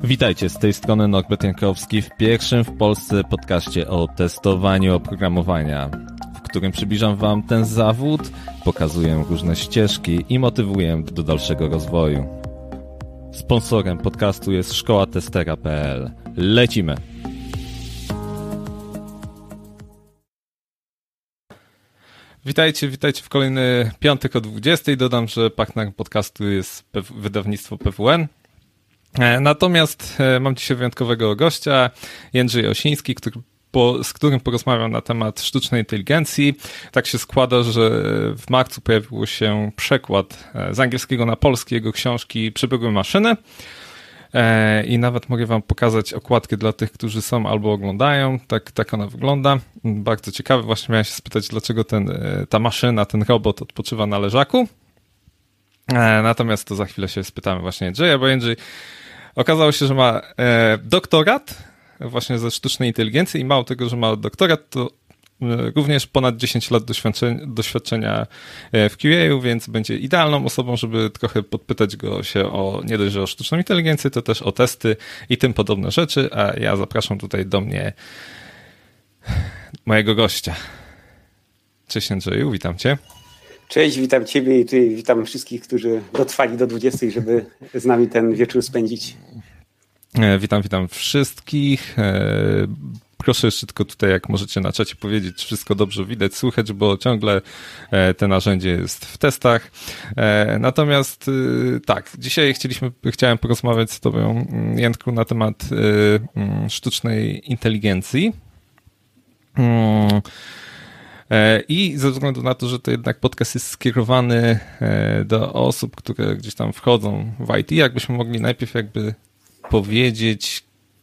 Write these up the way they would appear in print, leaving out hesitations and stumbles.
Witajcie, z tej strony Norbert Jankowski w pierwszym w Polsce podcaście o testowaniu oprogramowania, w którym przybliżam Wam ten zawód, pokazuję różne ścieżki i motywuję do dalszego rozwoju. Sponsorem podcastu jest szkołatestera.pl. Lecimy! Witajcie w kolejny piątek o 20:00. Dodam, że partnerem podcastu jest wydawnictwo PWN. Natomiast mam dzisiaj wyjątkowego gościa, Jędrzej Osiński, z którym porozmawiam na temat sztucznej inteligencji. Tak się składa, że w marcu pojawił się przekład z angielskiego na polski jego książki Przebiegłe maszyny. I nawet mogę wam pokazać okładkę dla tych, którzy są albo oglądają. Tak ona wygląda. Bardzo ciekawe. Właśnie miałem się spytać, dlaczego ta maszyna, ten robot odpoczywa na leżaku. Natomiast to za chwilę się spytamy właśnie Jędrzeja, bo Jędrzej okazało się, że ma doktorat właśnie ze sztucznej inteligencji i mało tego, że ma doktorat, to również ponad 10 lat doświadczenia w QA, więc będzie idealną osobą, żeby trochę podpytać go się nie dość, że o sztuczną inteligencję, to też o testy i tym podobne rzeczy, a ja zapraszam tutaj do mnie mojego gościa. Cześć Jędrzeju, witam cię. Cześć, witam ciebie i tutaj witam wszystkich, którzy dotrwali do 20:00, żeby z nami ten wieczór spędzić. Witam wszystkich. Proszę jeszcze tylko tutaj, jak możecie na czacie powiedzieć, czy wszystko dobrze widać, słychać, bo ciągle to narzędzie jest w testach. Natomiast tak, dzisiaj chciałem porozmawiać z tobą, Jędrku, na temat sztucznej inteligencji. I ze względu na to, że to jednak podcast jest skierowany do osób, które gdzieś tam wchodzą w IT, jakbyśmy mogli najpierw powiedzieć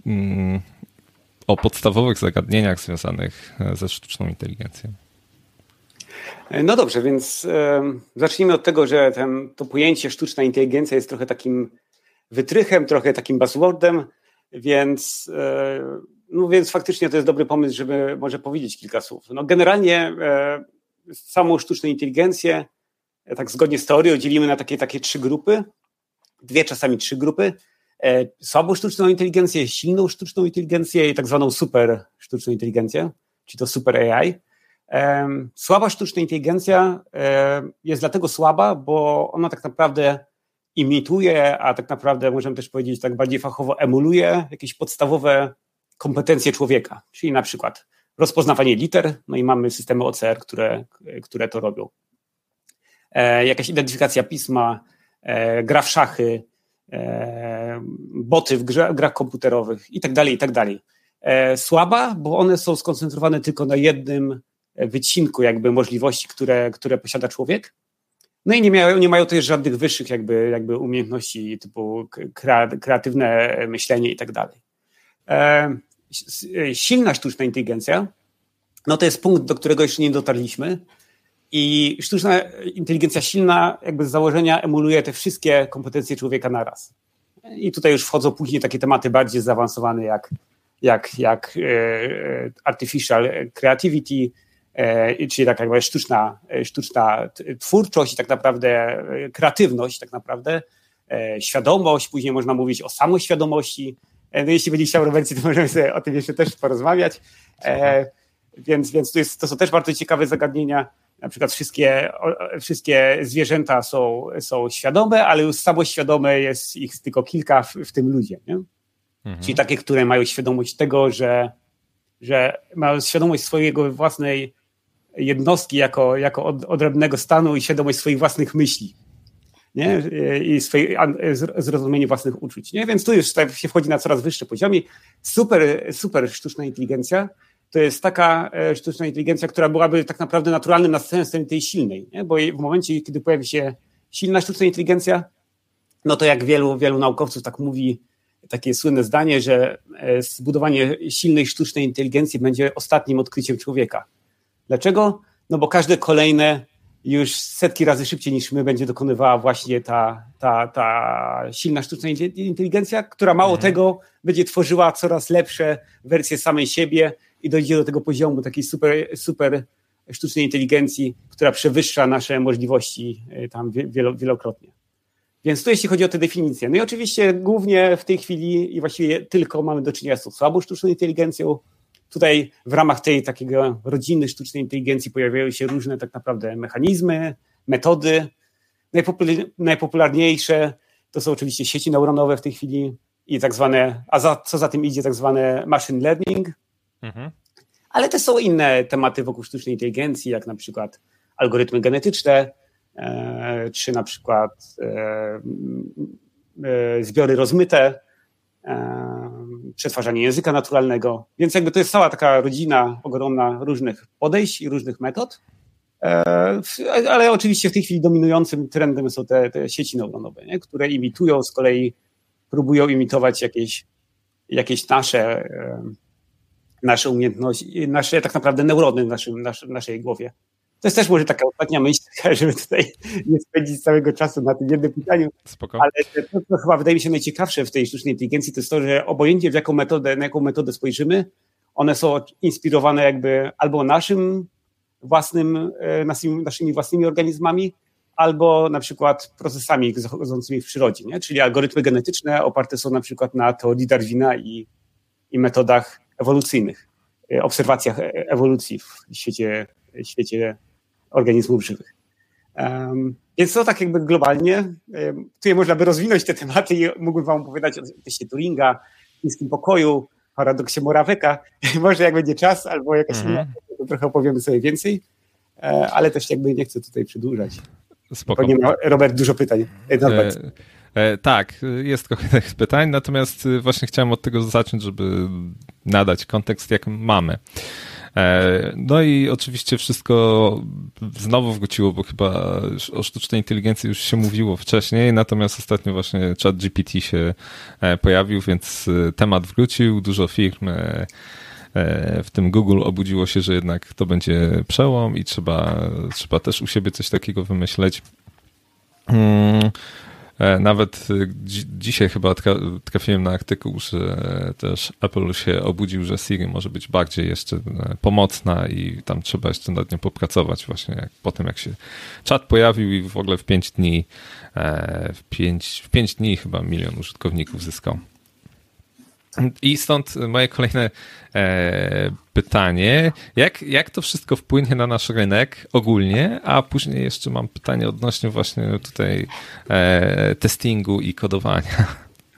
o podstawowych zagadnieniach związanych ze sztuczną inteligencją. No dobrze, więc zacznijmy od tego, że to pojęcie sztuczna inteligencja jest trochę takim wytrychem, trochę takim buzzwordem, więc faktycznie to jest dobry pomysł, żeby może powiedzieć kilka słów. No generalnie samą sztuczną inteligencję, tak zgodnie z teorią, dzielimy na takie trzy grupy, czasami trzy grupy. Słabą sztuczną inteligencję, silną sztuczną inteligencję i tak zwaną super sztuczną inteligencję, czyli to super AI. Słaba sztuczna inteligencja jest dlatego słaba, bo ona tak naprawdę imituje, a tak naprawdę możemy też powiedzieć tak bardziej fachowo emuluje jakieś podstawowe kompetencje człowieka, czyli na przykład rozpoznawanie liter, no i mamy systemy OCR, które to robią. Jakaś identyfikacja pisma, gra w szachy, boty w grach komputerowych i tak dalej. Słaba, bo one są skoncentrowane tylko na jednym wycinku możliwości, które posiada człowiek. No i nie mają też żadnych wyższych umiejętności typu kreatywne myślenie i tak dalej. Silna sztuczna inteligencja, no to jest punkt, do którego jeszcze nie dotarliśmy i sztuczna inteligencja silna z założenia emuluje te wszystkie kompetencje człowieka naraz. I tutaj już wchodzą później takie tematy bardziej zaawansowane jak artificial creativity, czyli tak jakby sztuczna twórczość i tak naprawdę kreatywność, tak naprawdę świadomość, później można mówić o samoświadomości. No jeśli będzie chciał Robercie, to możemy sobie o tym jeszcze też porozmawiać. Więc to są też bardzo ciekawe zagadnienia. Na przykład wszystkie zwierzęta są świadome, ale już samoświadome jest ich tylko kilka, w tym ludzie. Nie? Mhm. Czyli takie, które mają świadomość tego, że mają świadomość swojego własnej jednostki jako odrębnego stanu i świadomość swoich własnych myśli. Nie? I zrozumienie własnych uczuć. Nie? Więc tu już się wchodzi na coraz wyższe poziomy. Super sztuczna inteligencja to jest taka sztuczna inteligencja, która byłaby tak naprawdę naturalnym następstwem tej silnej. Nie? Bo w momencie, kiedy pojawi się silna sztuczna inteligencja, no to jak wielu naukowców tak mówi, takie słynne zdanie, że zbudowanie silnej sztucznej inteligencji będzie ostatnim odkryciem człowieka. Dlaczego? No bo każde kolejne już setki razy szybciej niż my będzie dokonywała właśnie ta silna sztuczna inteligencja, która mało tego będzie tworzyła coraz lepsze wersje samej siebie i dojdzie do tego poziomu takiej super sztucznej inteligencji, która przewyższa nasze możliwości tam wielokrotnie. Więc tu jeśli chodzi o te definicje. No i oczywiście głównie w tej chwili i właściwie tylko mamy do czynienia z tą słabą sztuczną inteligencją. Tutaj w ramach tej takiego rodziny sztucznej inteligencji pojawiają się różne tak naprawdę mechanizmy, metody. Najpopularniejsze to są oczywiście sieci neuronowe w tej chwili i tak zwane, co za tym idzie, tak zwane machine learning. Ale też są inne tematy wokół sztucznej inteligencji, jak na przykład algorytmy genetyczne, czy na przykład zbiory rozmyte, przetwarzanie języka naturalnego. Więc jakby to jest cała taka rodzina ogromna różnych podejść i różnych metod, ale oczywiście w tej chwili dominującym trendem są te sieci neuronowe, nie? Które imitują, z kolei próbują imitować jakieś nasze umiejętności, nasze tak naprawdę neurony w naszej głowie. To jest też może taka ostatnia myśl, żeby tutaj nie spędzić całego czasu na tym jednym pytaniu. Spoko. Ale to, co chyba wydaje mi się najciekawsze w tej sztucznej inteligencji, to jest to, że obojętnie na jaką metodę spojrzymy, one są inspirowane jakby albo naszymi własnymi organizmami, albo na przykład procesami zachodzącymi w przyrodzie, nie? Czyli algorytmy genetyczne oparte są na przykład na teorii Darwina i metodach ewolucyjnych, obserwacjach ewolucji w świecie organizmów żywych. Więc to tak jakby globalnie. Tutaj można by rozwinąć te tematy i mógłbym wam opowiadać o teście Turinga, chińskim pokoju, paradoksie Moraveka. Może jak będzie czas albo jakaś inna, to trochę opowiemy sobie więcej, ale też jakby nie chcę tutaj przedłużać. Spoko. Nie ma, Robert, dużo pytań. Tak, jest trochę tych pytań, natomiast właśnie chciałem od tego zacząć, żeby nadać kontekst, jak mamy. No i oczywiście wszystko znowu wróciło, bo chyba o sztucznej inteligencji już się mówiło wcześniej, natomiast ostatnio właśnie ChatGPT się pojawił, więc temat wrócił, dużo firm, w tym Google, obudziło się, że jednak to będzie przełom i trzeba też u siebie coś takiego wymyśleć. Nawet dzisiaj chyba trafiłem na artykuł, że też Apple się obudził, że Siri może być bardziej jeszcze pomocna i tam trzeba jeszcze nad nią popracować właśnie potem jak się czat pojawił i w ogóle w 5 dni chyba 1 milion użytkowników zyskał. I stąd moje kolejne pytanie, jak to wszystko wpłynie na nasz rynek ogólnie, a później jeszcze mam pytanie odnośnie właśnie tutaj testingu i kodowania.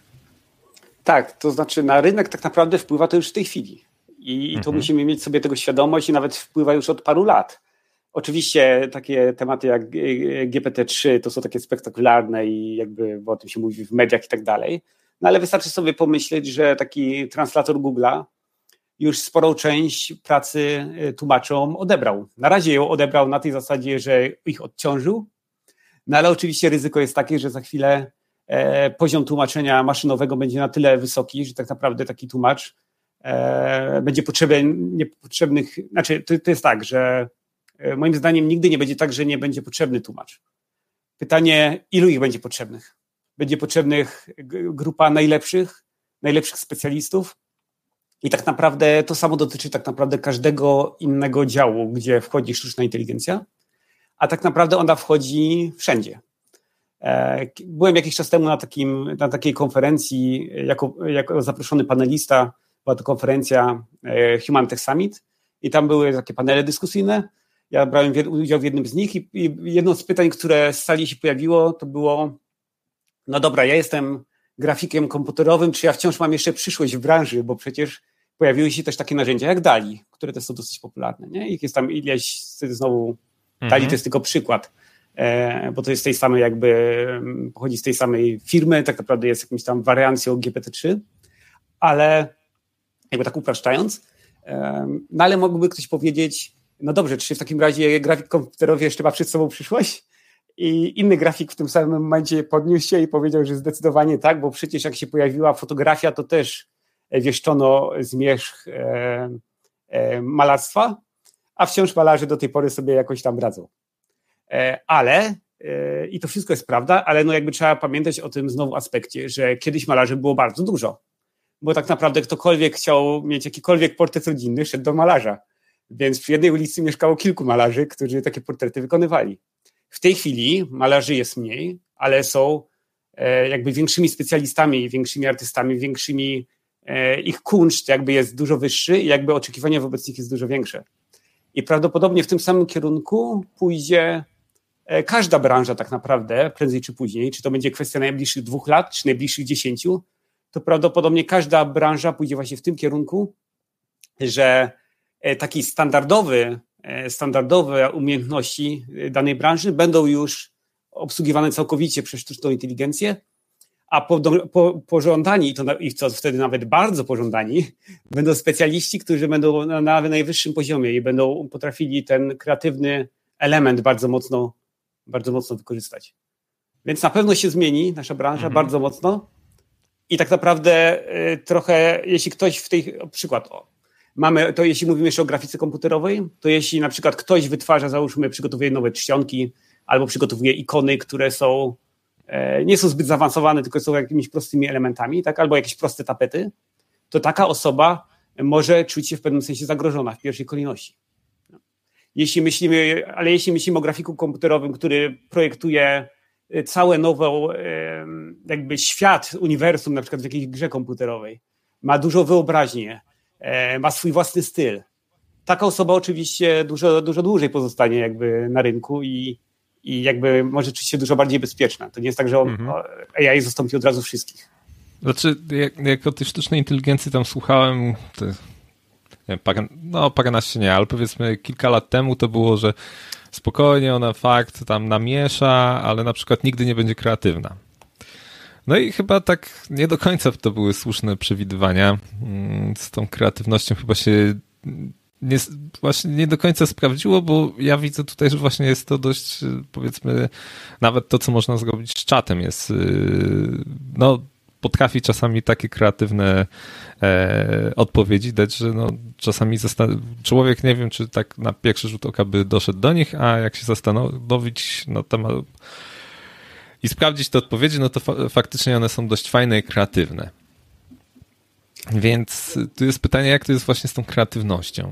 Tak, to znaczy na rynek tak naprawdę wpływa to już w tej chwili i to musimy mieć sobie tego świadomość i nawet wpływa już od paru lat. Oczywiście takie tematy jak GPT-3 to są takie spektakularne i jakby o tym się mówi w mediach i tak dalej. No ale wystarczy sobie pomyśleć, że taki translator Google'a już sporą część pracy tłumaczom odebrał. Na razie ją odebrał na tej zasadzie, że ich odciążył, no ale oczywiście ryzyko jest takie, że za chwilę poziom tłumaczenia maszynowego będzie na tyle wysoki, że tak naprawdę taki tłumacz będzie niepotrzebnych, znaczy to jest tak, że moim zdaniem nigdy nie będzie tak, że nie będzie potrzebny tłumacz. Pytanie, ilu ich będzie potrzebnych? Będzie potrzebnych grupa najlepszych specjalistów i tak naprawdę to samo dotyczy tak naprawdę każdego innego działu, gdzie wchodzi sztuczna inteligencja, a tak naprawdę ona wchodzi wszędzie. Byłem jakiś czas temu na takiej konferencji jako zaproszony panelista, była to konferencja Human Tech Summit i tam były takie panele dyskusyjne. Ja brałem udział w jednym z nich i jedno z pytań, które z sali się pojawiło, to było: no dobra, ja jestem grafikiem komputerowym, czy ja wciąż mam jeszcze przyszłość w branży, bo przecież pojawiły się też takie narzędzia jak DALL-E, które też są dosyć popularne, nie? Ich jest tam ileś, znowu DALL-E to jest tylko przykład, bo to jest z tej samej pochodzi z tej samej firmy, tak naprawdę jest jakimś tam wariancją GPT-3, ale jakby tak upraszczając, no ale mógłby ktoś powiedzieć, no dobrze, czy w takim razie grafik komputerowy jeszcze ma przed sobą przyszłość? I inny grafik w tym samym momencie podniósł się i powiedział, że zdecydowanie tak, bo przecież jak się pojawiła fotografia, to też wieszczono zmierzch malarstwa, a wciąż malarze do tej pory sobie jakoś tam radzą. Ale, i to wszystko jest prawda, ale no jakby trzeba pamiętać o tym znowu aspekcie, że kiedyś malarzy było bardzo dużo, bo tak naprawdę ktokolwiek chciał mieć jakikolwiek portret rodzinny, szedł do malarza, więc przy jednej ulicy mieszkało kilku malarzy, którzy takie portrety wykonywali. W tej chwili malarzy jest mniej, ale są jakby większymi specjalistami, większymi artystami, ich kunszt jakby jest dużo wyższy i jakby oczekiwania wobec nich jest dużo większe. I prawdopodobnie w tym samym kierunku pójdzie każda branża tak naprawdę, prędzej czy później, czy to będzie kwestia najbliższych 2 lat, czy najbliższych 10, to prawdopodobnie każda branża pójdzie właśnie w tym kierunku, że takie standardowe umiejętności danej branży będą już obsługiwane całkowicie przez sztuczną inteligencję, a pożądani, i co wtedy nawet bardzo pożądani, będą specjaliści, którzy będą na najwyższym poziomie i będą potrafili ten kreatywny element bardzo mocno wykorzystać. Więc na pewno się zmieni nasza branża bardzo mocno i tak naprawdę trochę, jeśli ktoś przykład, jeśli mówimy jeszcze o grafice komputerowej, to jeśli na przykład ktoś przygotowuje nowe czcionki albo przygotowuje ikony, które nie są zbyt zaawansowane, tylko są jakimiś prostymi elementami, tak? Albo jakieś proste tapety, to taka może czuć się w pewnym sensie zagrożona w pierwszej kolejności. Jeśli myślimy o grafiku komputerowym, który projektuje całe nową jakby świat, uniwersum, na przykład w jakiejś grze komputerowej, ma dużo wyobraźnię, ma swój własny styl. Taka osoba oczywiście dużo dłużej pozostanie jakby na rynku i jakby może czuć się dużo bardziej bezpieczna. To nie jest tak, że AI zastąpi od razu wszystkich. Znaczy, jak o tej sztucznej inteligencji tam słuchałem, paręnaście nie, ale powiedzmy kilka lat temu to było, że spokojnie ona tam namiesza, ale na przykład nigdy nie będzie kreatywna. No i chyba tak nie do końca to były słuszne przewidywania. Z tą kreatywnością chyba się właśnie nie do końca sprawdziło, bo ja widzę tutaj, że właśnie jest to dość, powiedzmy, nawet to, co można zrobić z czatem jest, potrafi czasami takie kreatywne odpowiedzi dać, że czasami człowiek nie wiem, czy tak na pierwszy rzut oka by doszedł do nich, a jak się zastanowić i sprawdzić te odpowiedzi, no to faktycznie one są dość fajne i kreatywne. Więc tu jest pytanie, jak to jest właśnie z tą kreatywnością?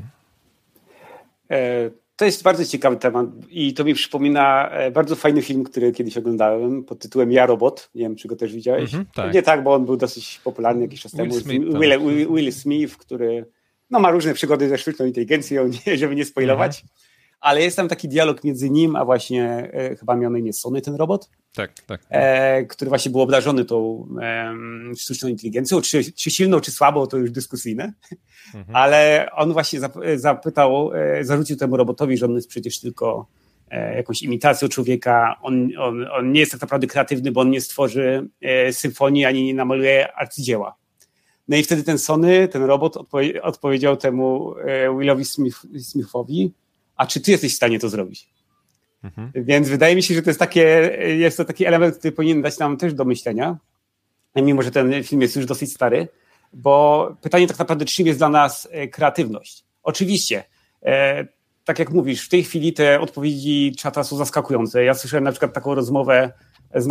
To jest bardzo ciekawy temat i to mi przypomina bardzo fajny film, który kiedyś oglądałem pod tytułem Ja, Robot. Nie wiem, czy go też widziałeś. Tak. Nie tak, bo on był dosyć popularny jakiś czas temu. Will Smith, który ma różne przygody ze sztuczną inteligencją, żeby nie spoilować. Ale jest tam taki dialog między nim, a właśnie chyba miał na imię Sony ten robot. Tak. Który właśnie był obdarzony tą sztuczną inteligencją. Czy silną, czy słabą, to już dyskusyjne. Ale on właśnie zarzucił temu robotowi, że on jest przecież tylko jakąś imitacją człowieka. On nie jest tak naprawdę kreatywny, bo on nie stworzy symfonii, ani nie namaluje arcydzieła. No i wtedy ten robot odpowiedział temu Willowi Smithowi, a czy ty jesteś w stanie to zrobić? Więc wydaje mi się, że jest to taki element, który powinien dać nam też do myślenia, mimo że ten film jest już dosyć stary, bo pytanie tak naprawdę, czym jest dla nas kreatywność? Oczywiście, tak jak mówisz, w tej chwili te odpowiedzi czata są zaskakujące. Ja słyszałem na przykład taką rozmowę z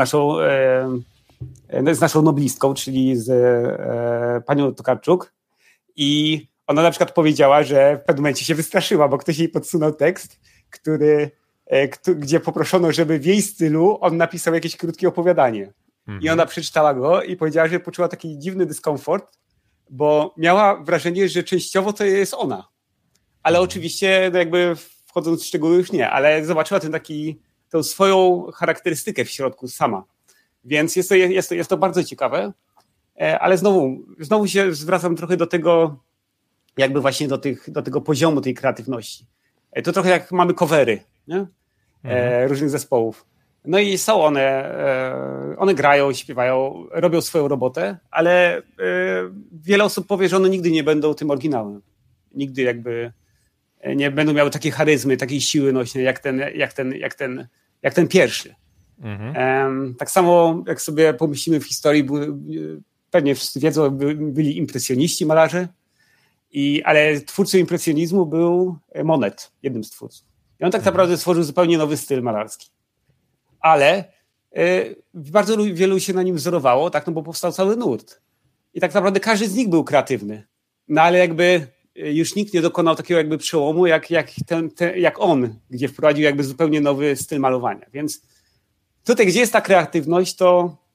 naszą noblistką, czyli z panią Tokarczuk i ona na przykład powiedziała, że w pewnym momencie się wystraszyła, bo ktoś jej podsunął tekst, gdzie poproszono, żeby w jej stylu on napisał jakieś krótkie opowiadanie. I ona przeczytała go i powiedziała, że poczuła taki dziwny dyskomfort, bo miała wrażenie, że częściowo to jest ona. Ale oczywiście jakby wchodząc w szczegóły już nie, ale zobaczyła tą swoją charakterystykę w środku sama. Więc jest to bardzo ciekawe, ale znowu się zwracam trochę do tego, jakby właśnie do tego poziomu tej kreatywności. To trochę jak mamy covery, nie? Różnych zespołów. No i są one grają, śpiewają, robią swoją robotę, ale wiele osób powie, że one nigdy nie będą tym oryginałem. Nigdy jakby nie będą miały takiej charyzmy, takiej siły nośnej jak ten pierwszy. Tak samo jak sobie pomyślimy w historii, pewnie wszyscy wiedzą, byli impresjoniści, malarze, ale twórcą impresjonizmu był Monet, jednym z twórców. I on tak naprawdę stworzył zupełnie nowy styl malarski. Ale bardzo wielu się na nim wzorowało, tak, no bo powstał cały nurt. I tak naprawdę każdy z nich był kreatywny. No ale jakby już nikt nie dokonał takiego jakby przełomu jak on, gdzie wprowadził jakby zupełnie nowy styl malowania. Więc tutaj, gdzie jest ta kreatywność, to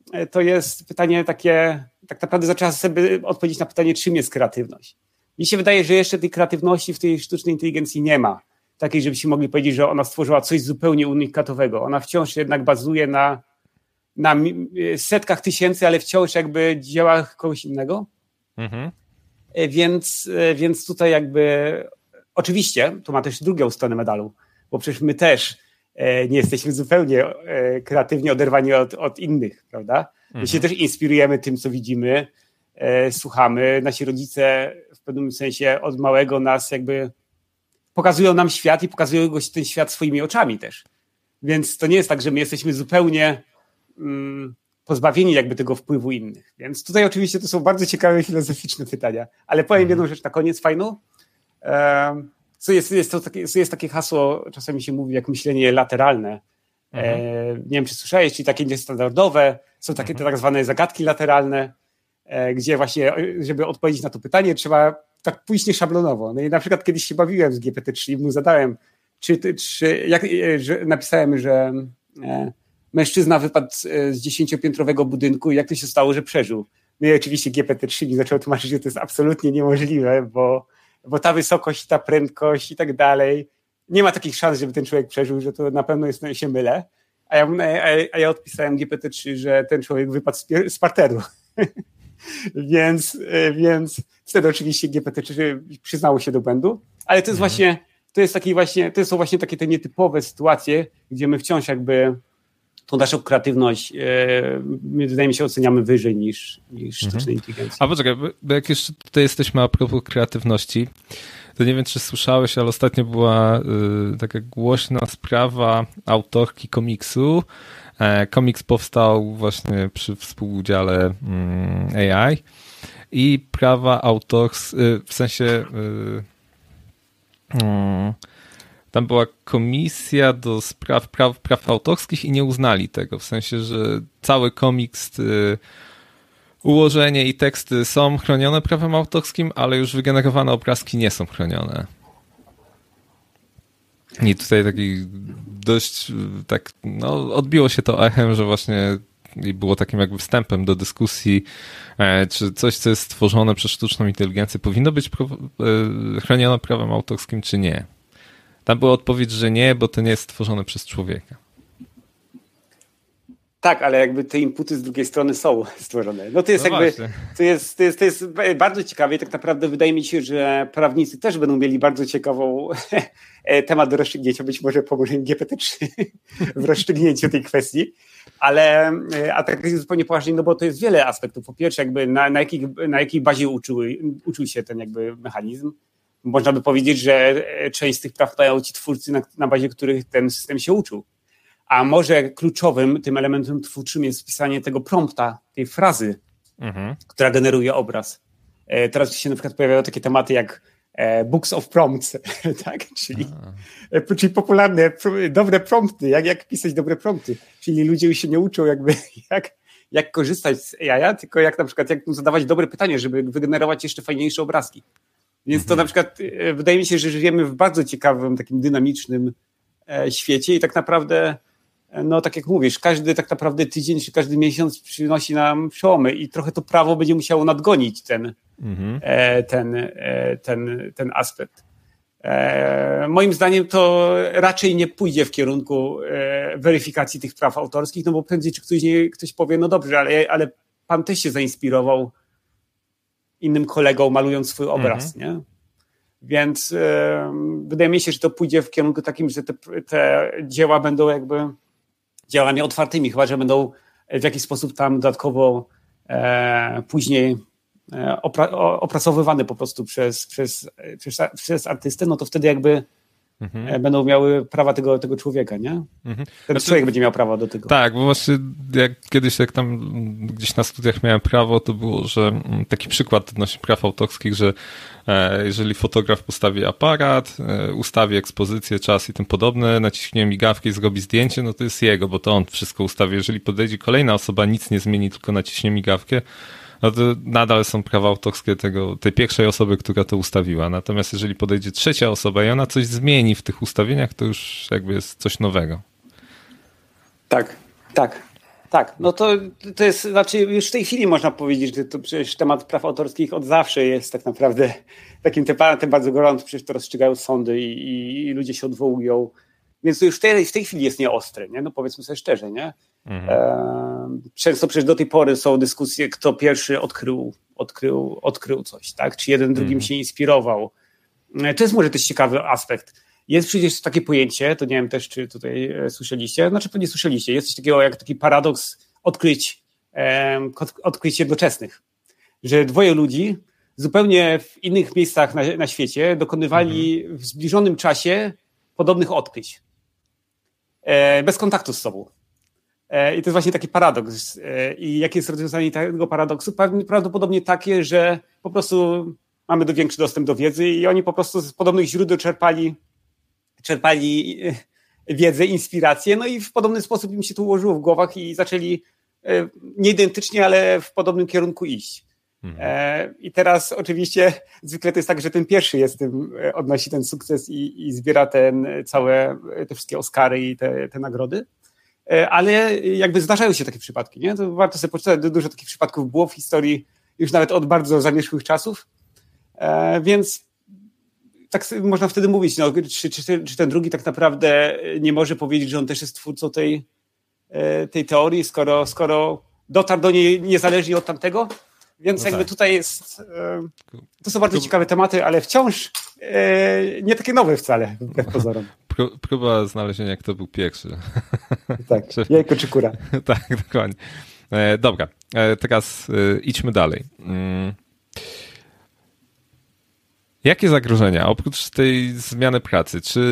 to jest pytanie takie, tak naprawdę zaczęła sobie odpowiedzieć na pytanie, czym jest kreatywność. Mi się wydaje, że jeszcze tej kreatywności w tej sztucznej inteligencji nie ma. Takiej, żebyśmy mogli powiedzieć, że ona stworzyła coś zupełnie unikatowego. Ona wciąż jednak bazuje na setkach tysięcy, ale wciąż jakby dziełach kogoś innego. Mhm. Więc tutaj jakby oczywiście to ma też drugą stronę medalu, bo przecież my też nie jesteśmy zupełnie kreatywnie oderwani od innych, prawda? My się też inspirujemy tym, co widzimy, słuchamy. Nasi rodzice w pewnym sensie od małego nas jakby pokazują nam świat i pokazują ten świat swoimi oczami też. Więc to nie jest tak, że my jesteśmy zupełnie pozbawieni jakby tego wpływu innych. Więc tutaj oczywiście to są bardzo ciekawe filozoficzne pytania, ale powiem jedną rzecz na koniec fajną. Jest takie hasło, czasami się mówi jak myślenie lateralne. Nie wiem, czy słyszałeś, czyli takie niestandardowe. Są takie te tak zwane zagadki lateralne, gdzie właśnie, żeby odpowiedzieć na to pytanie, trzeba tak pójść nieszablonowo. No i na przykład kiedyś się bawiłem z GPT-3 i mu zadałem, napisałem, że mężczyzna wypadł z 10-piętrowego budynku i jak to się stało, że przeżył. No i oczywiście GPT-3 mi zaczął tłumaczyć, że to jest absolutnie niemożliwe, bo ta wysokość, ta prędkość i tak dalej, nie ma takich szans, żeby ten człowiek przeżył, że to na pewno się mylę. A ja odpisałem GPT-3, że ten człowiek wypadł z parteru. Więc wtedy oczywiście GPT-3 przyznało się do błędu, ale to jest właśnie, to są właśnie takie te nietypowe sytuacje, gdzie my wciąż jakby tą naszą kreatywność, wydaje mi się, oceniamy wyżej niż sztucznej inteligencji. A poczekaj, bo jak jeszcze tutaj jesteśmy a propos kreatywności, to nie wiem, czy słyszałeś, ale ostatnio była taka głośna sprawa autorki komiksu. Komiks powstał właśnie przy współudziale AI i prawa autorskie, w sensie tam była komisja do spraw praw autorskich i nie uznali tego, w sensie, że cały komiks, ułożenie i teksty są chronione prawem autorskim, ale już wygenerowane obrazki nie są chronione. I tutaj taki dość tak, no, odbiło się to echem, że właśnie było takim jakby wstępem do dyskusji, czy coś, co jest stworzone przez sztuczną inteligencję, powinno być chronione prawem autorskim, czy nie. Tam była odpowiedź, że nie, bo to nie jest stworzone przez człowieka. Tak, ale jakby te inputy z drugiej strony są stworzone. No to jest jakby, to jest bardzo ciekawe i tak naprawdę wydaje mi się, że prawnicy też będą mieli bardzo ciekawą temat do rozstrzygnięcia. Być może pomoże im GPT-3 w rozstrzygnięciu tej kwestii, a tak zupełnie poważnie, no bo to jest wiele aspektów. Po pierwsze, jakby na jakiej bazie uczył się ten jakby mechanizm. Można by powiedzieć, że część z tych praw dają ci twórcy, na bazie których ten system się uczył. A może kluczowym tym elementem twórczym jest wpisanie tego prompta, tej frazy, która generuje obraz. Teraz się na przykład pojawiają takie tematy jak books of prompts, tak? Czyli popularne, dobre prompty, jak pisać dobre prompty. Czyli ludzie już się nie uczą jakby jak korzystać z AI, tylko jak na przykład jak zadawać dobre pytanie, żeby wygenerować jeszcze fajniejsze obrazki. Więc to na przykład wydaje mi się, że żyjemy w bardzo ciekawym, takim dynamicznym świecie i tak naprawdę, no tak jak mówisz, każdy tak naprawdę tydzień czy każdy miesiąc przynosi nam przełomy i trochę to prawo będzie musiało nadgonić ten aspekt. Moim zdaniem to raczej nie pójdzie w kierunku weryfikacji tych praw autorskich, no bo prędzej czy ktoś powie, no dobrze, ale pan też się zainspirował innym kolegą, malując swój obraz, nie? Więc wydaje mi się, że to pójdzie w kierunku takim, że te dzieła będą jakby dziełami otwartymi, chyba że będą w jakiś sposób tam dodatkowo później opracowywane po prostu przez artystę, no to wtedy jakby będą miały prawa tego człowieka, nie? Ten człowiek będzie miał prawo do tego. Tak, bo właśnie jak tam gdzieś na studiach miałem prawo, to było, że taki przykład odnośnie praw autorskich, że jeżeli fotograf postawi aparat, ustawi ekspozycję, czas i tym podobne, naciśnie migawkę i zrobi zdjęcie, no to jest jego, bo to on wszystko ustawi. Jeżeli podejdzie kolejna osoba, nic nie zmieni, tylko naciśnie migawkę, no to nadal są prawa autorskie tej pierwszej osoby, która to ustawiła. Natomiast jeżeli podejdzie trzecia osoba i ona coś zmieni w tych ustawieniach, to już jakby jest coś nowego. Tak. Tak, no to jest, znaczy już w tej chwili można powiedzieć, że to przecież temat praw autorskich od zawsze jest tak naprawdę takim tematem bardzo gorącym, przecież to rozstrzygają sądy i ludzie się odwołują, więc to już w tej chwili jest nieostre, nie? No powiedzmy sobie szczerze, nie? Często przecież do tej pory są dyskusje, kto pierwszy odkrył coś, tak? Czy jeden drugim się inspirował. To jest może też ciekawy aspekt. Jest przecież takie pojęcie, to nie wiem też, czy tutaj słyszeliście, znaczy pewnie słyszeliście, jest coś takiego jak taki paradoks odkryć jednoczesnych, że dwoje ludzi zupełnie w innych miejscach na świecie dokonywali w zbliżonym czasie podobnych odkryć, bez kontaktu z sobą. I to jest właśnie taki paradoks. I jakie jest rozwiązanie tego paradoksu? Prawdopodobnie takie, że po prostu mamy większy dostęp do wiedzy i oni po prostu z podobnych źródeł czerpali wiedzę, inspirację, no i w podobny sposób im się to ułożyło w głowach i zaczęli nie identycznie, ale w podobnym kierunku iść. I teraz oczywiście zwykle to jest tak, że ten pierwszy odnosi ten sukces i zbiera te wszystkie Oscary i te nagrody, ale jakby zdarzają się takie przypadki, nie? To warto sobie poczytać, dużo takich przypadków było w historii już nawet od bardzo zamierzchłych czasów, więc tak można wtedy mówić, no, czy ten drugi tak naprawdę nie może powiedzieć, że on też jest twórcą tej teorii, skoro dotarł do niej niezależnie od tamtego. Więc no jakby tutaj jest... To są bardzo ciekawe tematy, ale wciąż nie takie nowe wcale, wbrew pozorom. Próba znalezienia, kto był pierwszy. Tak, jajko czy kura. Tak, dokładnie. Dobra, teraz idźmy dalej. Jakie zagrożenia, oprócz tej zmiany pracy, czy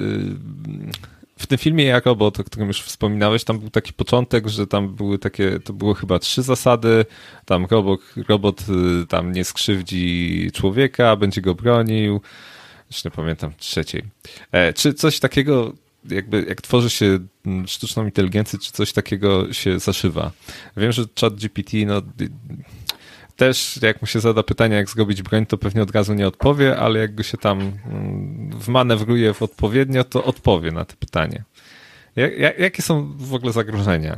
w tym filmie Ja, Robot, o którym już wspominałeś, tam był taki początek, że tam to były chyba 3 zasady, tam robot tam nie skrzywdzi człowieka, będzie go bronił, już nie pamiętam trzeciej. Czy coś takiego, jakby jak tworzy się sztuczną inteligencję, czy coś takiego się zaszywa? Wiem, że ChatGPT, no też jak mu się zada pytanie, jak zrobić broń, to pewnie od razu nie odpowie, ale jak go się tam wmanewruje w odpowiednio, to odpowie na to pytanie. Jakie są w ogóle zagrożenia?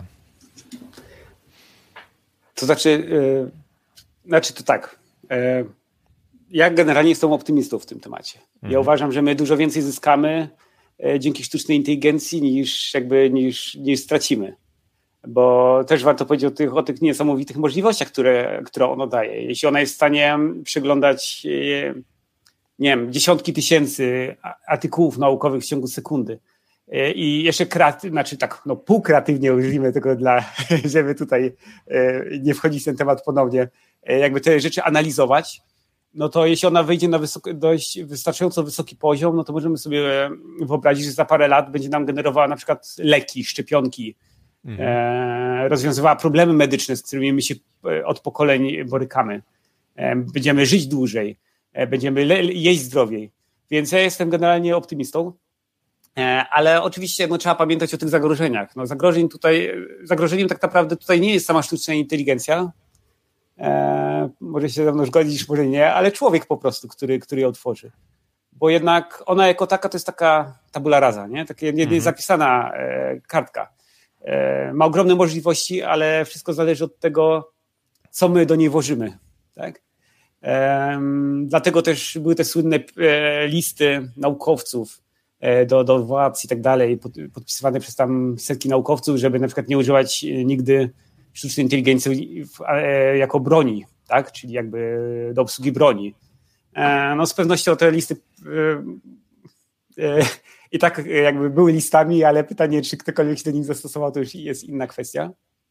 To znaczy to tak. Ja generalnie jestem optymistą w tym temacie. Ja uważam, że my dużo więcej zyskamy dzięki sztucznej inteligencji niż stracimy. Bo też warto powiedzieć o tych niesamowitych możliwościach, które ono daje. Jeśli ona jest w stanie przeglądać, nie wiem, dziesiątki tysięcy artykułów naukowych w ciągu sekundy i jeszcze półkreatywnie użyjmy tego żeby tutaj nie wchodzić w ten temat ponownie, jakby te rzeczy analizować, no to jeśli ona wyjdzie na dość wystarczająco wysoki poziom, no to możemy sobie wyobrazić, że za parę lat będzie nam generowała na przykład leki, szczepionki, rozwiązywała problemy medyczne, z którymi my się od pokoleń borykamy. Będziemy żyć dłużej, będziemy jeść zdrowiej. Więc ja jestem generalnie optymistą, ale oczywiście trzeba pamiętać o tych zagrożeniach. Zagrożeniem tak naprawdę tutaj nie jest sama sztuczna inteligencja, może się ze mną zgodzić, może nie, ale człowiek po prostu, który ją tworzy. Bo jednak ona jako taka to jest taka tabula rasa, nie? Taka zapisana kartka. Ma ogromne możliwości, ale wszystko zależy od tego, co my do niej włożymy. Tak? Dlatego też były te słynne listy naukowców do władz i tak dalej, podpisywane przez tam setki naukowców, żeby na przykład nie używać nigdy sztucznej inteligencji jako broni, tak? Czyli jakby do obsługi broni. No z pewnością te listy i tak jakby były listami, ale pytanie, czy ktokolwiek się do nich zastosował, to już jest inna kwestia.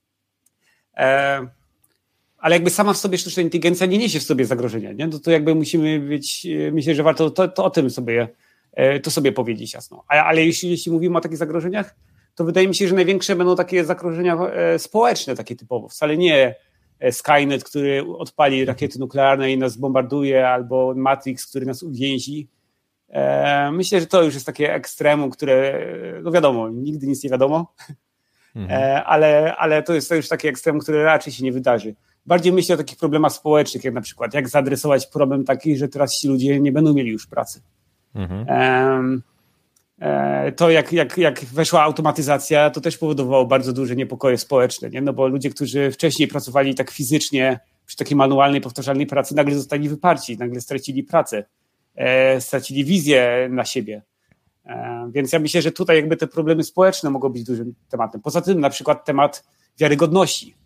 Ale jakby sama w sobie sztuczna inteligencja nie niesie w sobie zagrożenia, nie? To jakby musimy myślę, że warto to o tym sobie powiedzieć jasno. Ale jeśli mówimy o takich zagrożeniach, to wydaje mi się, że największe będą takie zagrożenia społeczne, takie typowo. Wcale nie Skynet, który odpali rakiety nuklearne i nas bombarduje, albo Matrix, który nas uwięzi. Myślę, że to już jest takie ekstremum, które, no wiadomo, nigdy nic nie wiadomo, ale to jest już takie ekstremum, które raczej się nie wydarzy. Bardziej myślę o takich problemach społecznych, jak na przykład jak zaadresować problem taki, że teraz ci ludzie nie będą mieli już pracy. To jak weszła automatyzacja, to też powodowało bardzo duże niepokoje społeczne, nie? No bo ludzie, którzy wcześniej pracowali tak fizycznie przy takiej manualnej, powtarzalnej pracy, nagle zostali wyparci, nagle stracili pracę, stracili wizję na siebie. Więc ja myślę, że tutaj jakby te problemy społeczne mogą być dużym tematem. Poza tym na przykład temat wiarygodności.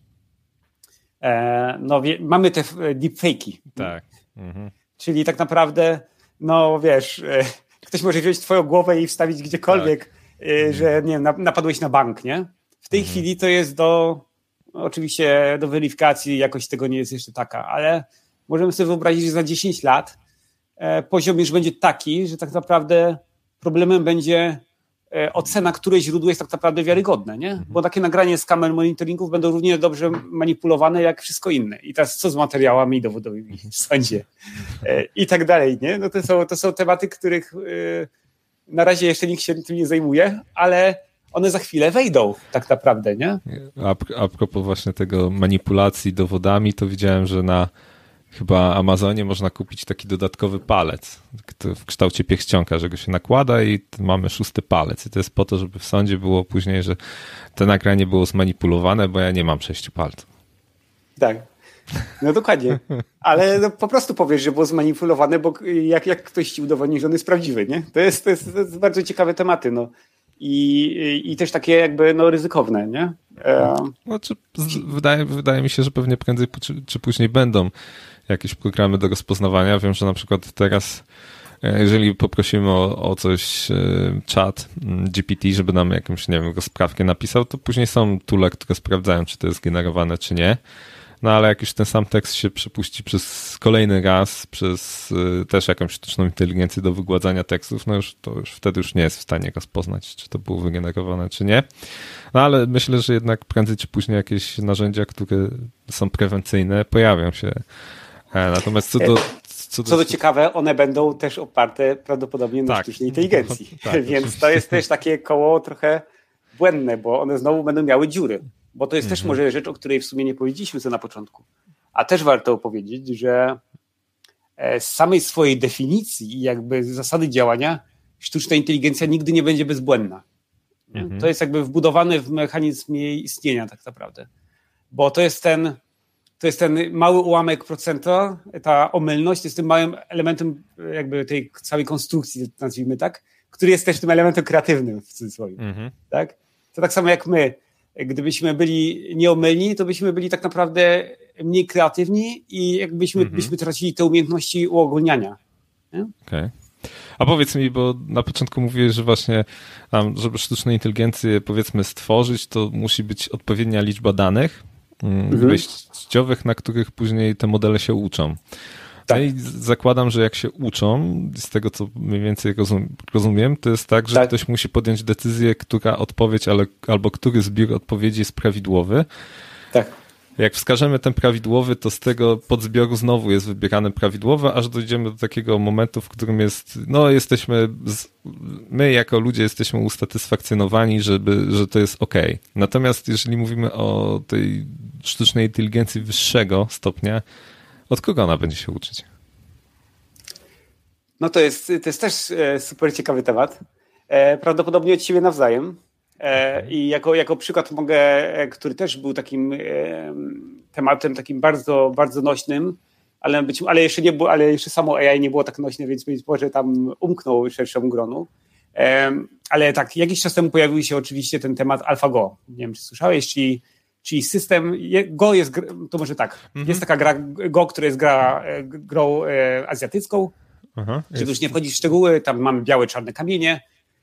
No, mamy te deepfake'i. Tak. Mhm. Czyli tak naprawdę, no wiesz, ktoś może wziąć twoją głowę i wstawić gdziekolwiek, że nie wiem, napadłeś na bank, nie? W tej chwili to jest oczywiście do weryfikacji, jakość tego nie jest jeszcze taka, ale możemy sobie wyobrazić, że za 10 lat poziom już będzie taki, że tak naprawdę problemem będzie ocena, które źródło jest tak naprawdę wiarygodne, nie? Bo takie nagranie z kamer monitoringów będą równie dobrze manipulowane jak wszystko inne. I teraz co z materiałami dowodowymi w sądzie? I tak dalej, nie? No to są tematy, których na razie jeszcze nikt się tym nie zajmuje, ale one za chwilę wejdą tak naprawdę, nie? A propos właśnie tego manipulacji dowodami, to widziałem, że na chyba Amazonie można kupić taki dodatkowy palec w kształcie pierścionka, że go się nakłada i mamy 6. palec. I to jest po to, żeby w sądzie było później, że to nagranie było zmanipulowane, bo ja nie mam 6 palców. Tak, no dokładnie. Ale no, po prostu powiesz, że było zmanipulowane, bo jak ktoś ci udowodni, że on jest prawdziwy, nie? To jest bardzo ciekawe tematy, no. I też takie jakby no ryzykowne, nie? Znaczy, wydaje mi się, że pewnie prędzej czy później będą jakieś programy do rozpoznawania. Wiem, że na przykład teraz, jeżeli poprosimy o coś chat GPT, żeby nam jakąś, nie wiem, rozprawkę napisał, to później są toole, które sprawdzają, czy to jest generowane, czy nie. No ale jak już ten sam tekst się przepuści przez kolejny raz, przez też jakąś sztuczną inteligencję do wygładzania tekstów, no to już wtedy już nie jest w stanie rozpoznać, czy to było wygenerowane, czy nie. No ale myślę, że jednak prędzej czy później jakieś narzędzia, które są prewencyjne, pojawią się. Natomiast co do ciekawe, one będą też oparte prawdopodobnie na sztucznej inteligencji. Tak, więc to jest też takie koło trochę błędne, bo one znowu będą miały dziury. Bo to jest też może rzecz, o której w sumie nie powiedzieliśmy sobie na początku. A też warto powiedzieć, że z samej swojej definicji i jakby zasady działania sztuczna inteligencja nigdy nie będzie bezbłędna. To jest jakby wbudowane w mechanizm jej istnienia tak naprawdę. Bo to jest ten mały ułamek procenta, ta omylność jest tym małym elementem jakby tej całej konstrukcji, nazwijmy tak, który jest też tym elementem kreatywnym w cudzysłowie. Tak? To tak samo jak my. Gdybyśmy byli nieomylni, to byśmy byli tak naprawdę mniej kreatywni i jakbyśmy byśmy tracili te umiejętności uogólniania. Okej. A powiedz mi, bo na początku mówiłeś, że właśnie żeby sztuczną inteligencję powiedzmy stworzyć, to musi być odpowiednia liczba danych wejściowych, na których później te modele się uczą. Tak. No i zakładam, że jak się uczą, z tego co mniej więcej rozumiem, to jest tak, że ktoś musi podjąć decyzję, która odpowiedź albo który zbiór odpowiedzi jest prawidłowy. Tak. Jak wskażemy ten prawidłowy, to z tego podzbioru znowu jest wybierany prawidłowy, aż dojdziemy do takiego momentu, w którym my jako ludzie jesteśmy usatysfakcjonowani, że to jest okej. Natomiast jeżeli mówimy o tej sztucznej inteligencji wyższego stopnia, od kogo ona będzie się uczyć? No to jest też super ciekawy temat. Prawdopodobnie od siebie nawzajem. I jako przykład który też był takim tematem takim bardzo, bardzo nośnym, ale jeszcze nie było, ale jeszcze samo AI nie było tak nośne, więc być może tam umknął szerszemu gronu. Ale tak, jakiś czas temu pojawił się oczywiście ten temat AlphaGo. Nie wiem, czy słyszałeś, czyli system, Go jest, to może tak, jest taka gra Go, która jest grą azjatycką, żeby już nie wchodzić w szczegóły, tam mamy białe, czarne kamienie.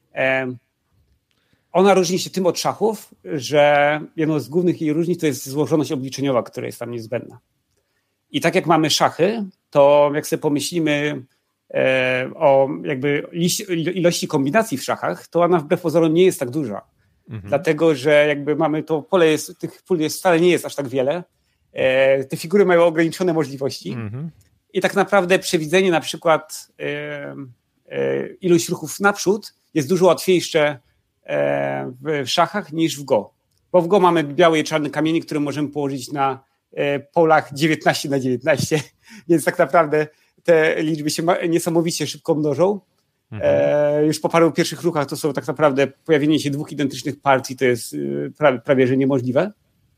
Ona różni się tym od szachów, że jedną z głównych jej różnic to jest złożoność obliczeniowa, która jest tam niezbędna. I tak jak mamy szachy, to jak sobie pomyślimy o jakby ilości kombinacji w szachach, to ona wbrew pozorom nie jest tak duża. Dlatego, że jakby mamy to pole, tych pól wcale nie jest aż tak wiele. Te figury mają ograniczone możliwości. I tak naprawdę przewidzenie na przykład ilość ruchów naprzód jest dużo łatwiejsze w szachach niż w Go. Bo w Go mamy białe i czarne kamienie, które możemy położyć na polach 19/19, więc tak naprawdę te liczby się niesamowicie szybko mnożą. Już po paru pierwszych ruchach to są tak naprawdę pojawienie się dwóch identycznych partii, to jest prawie że niemożliwe.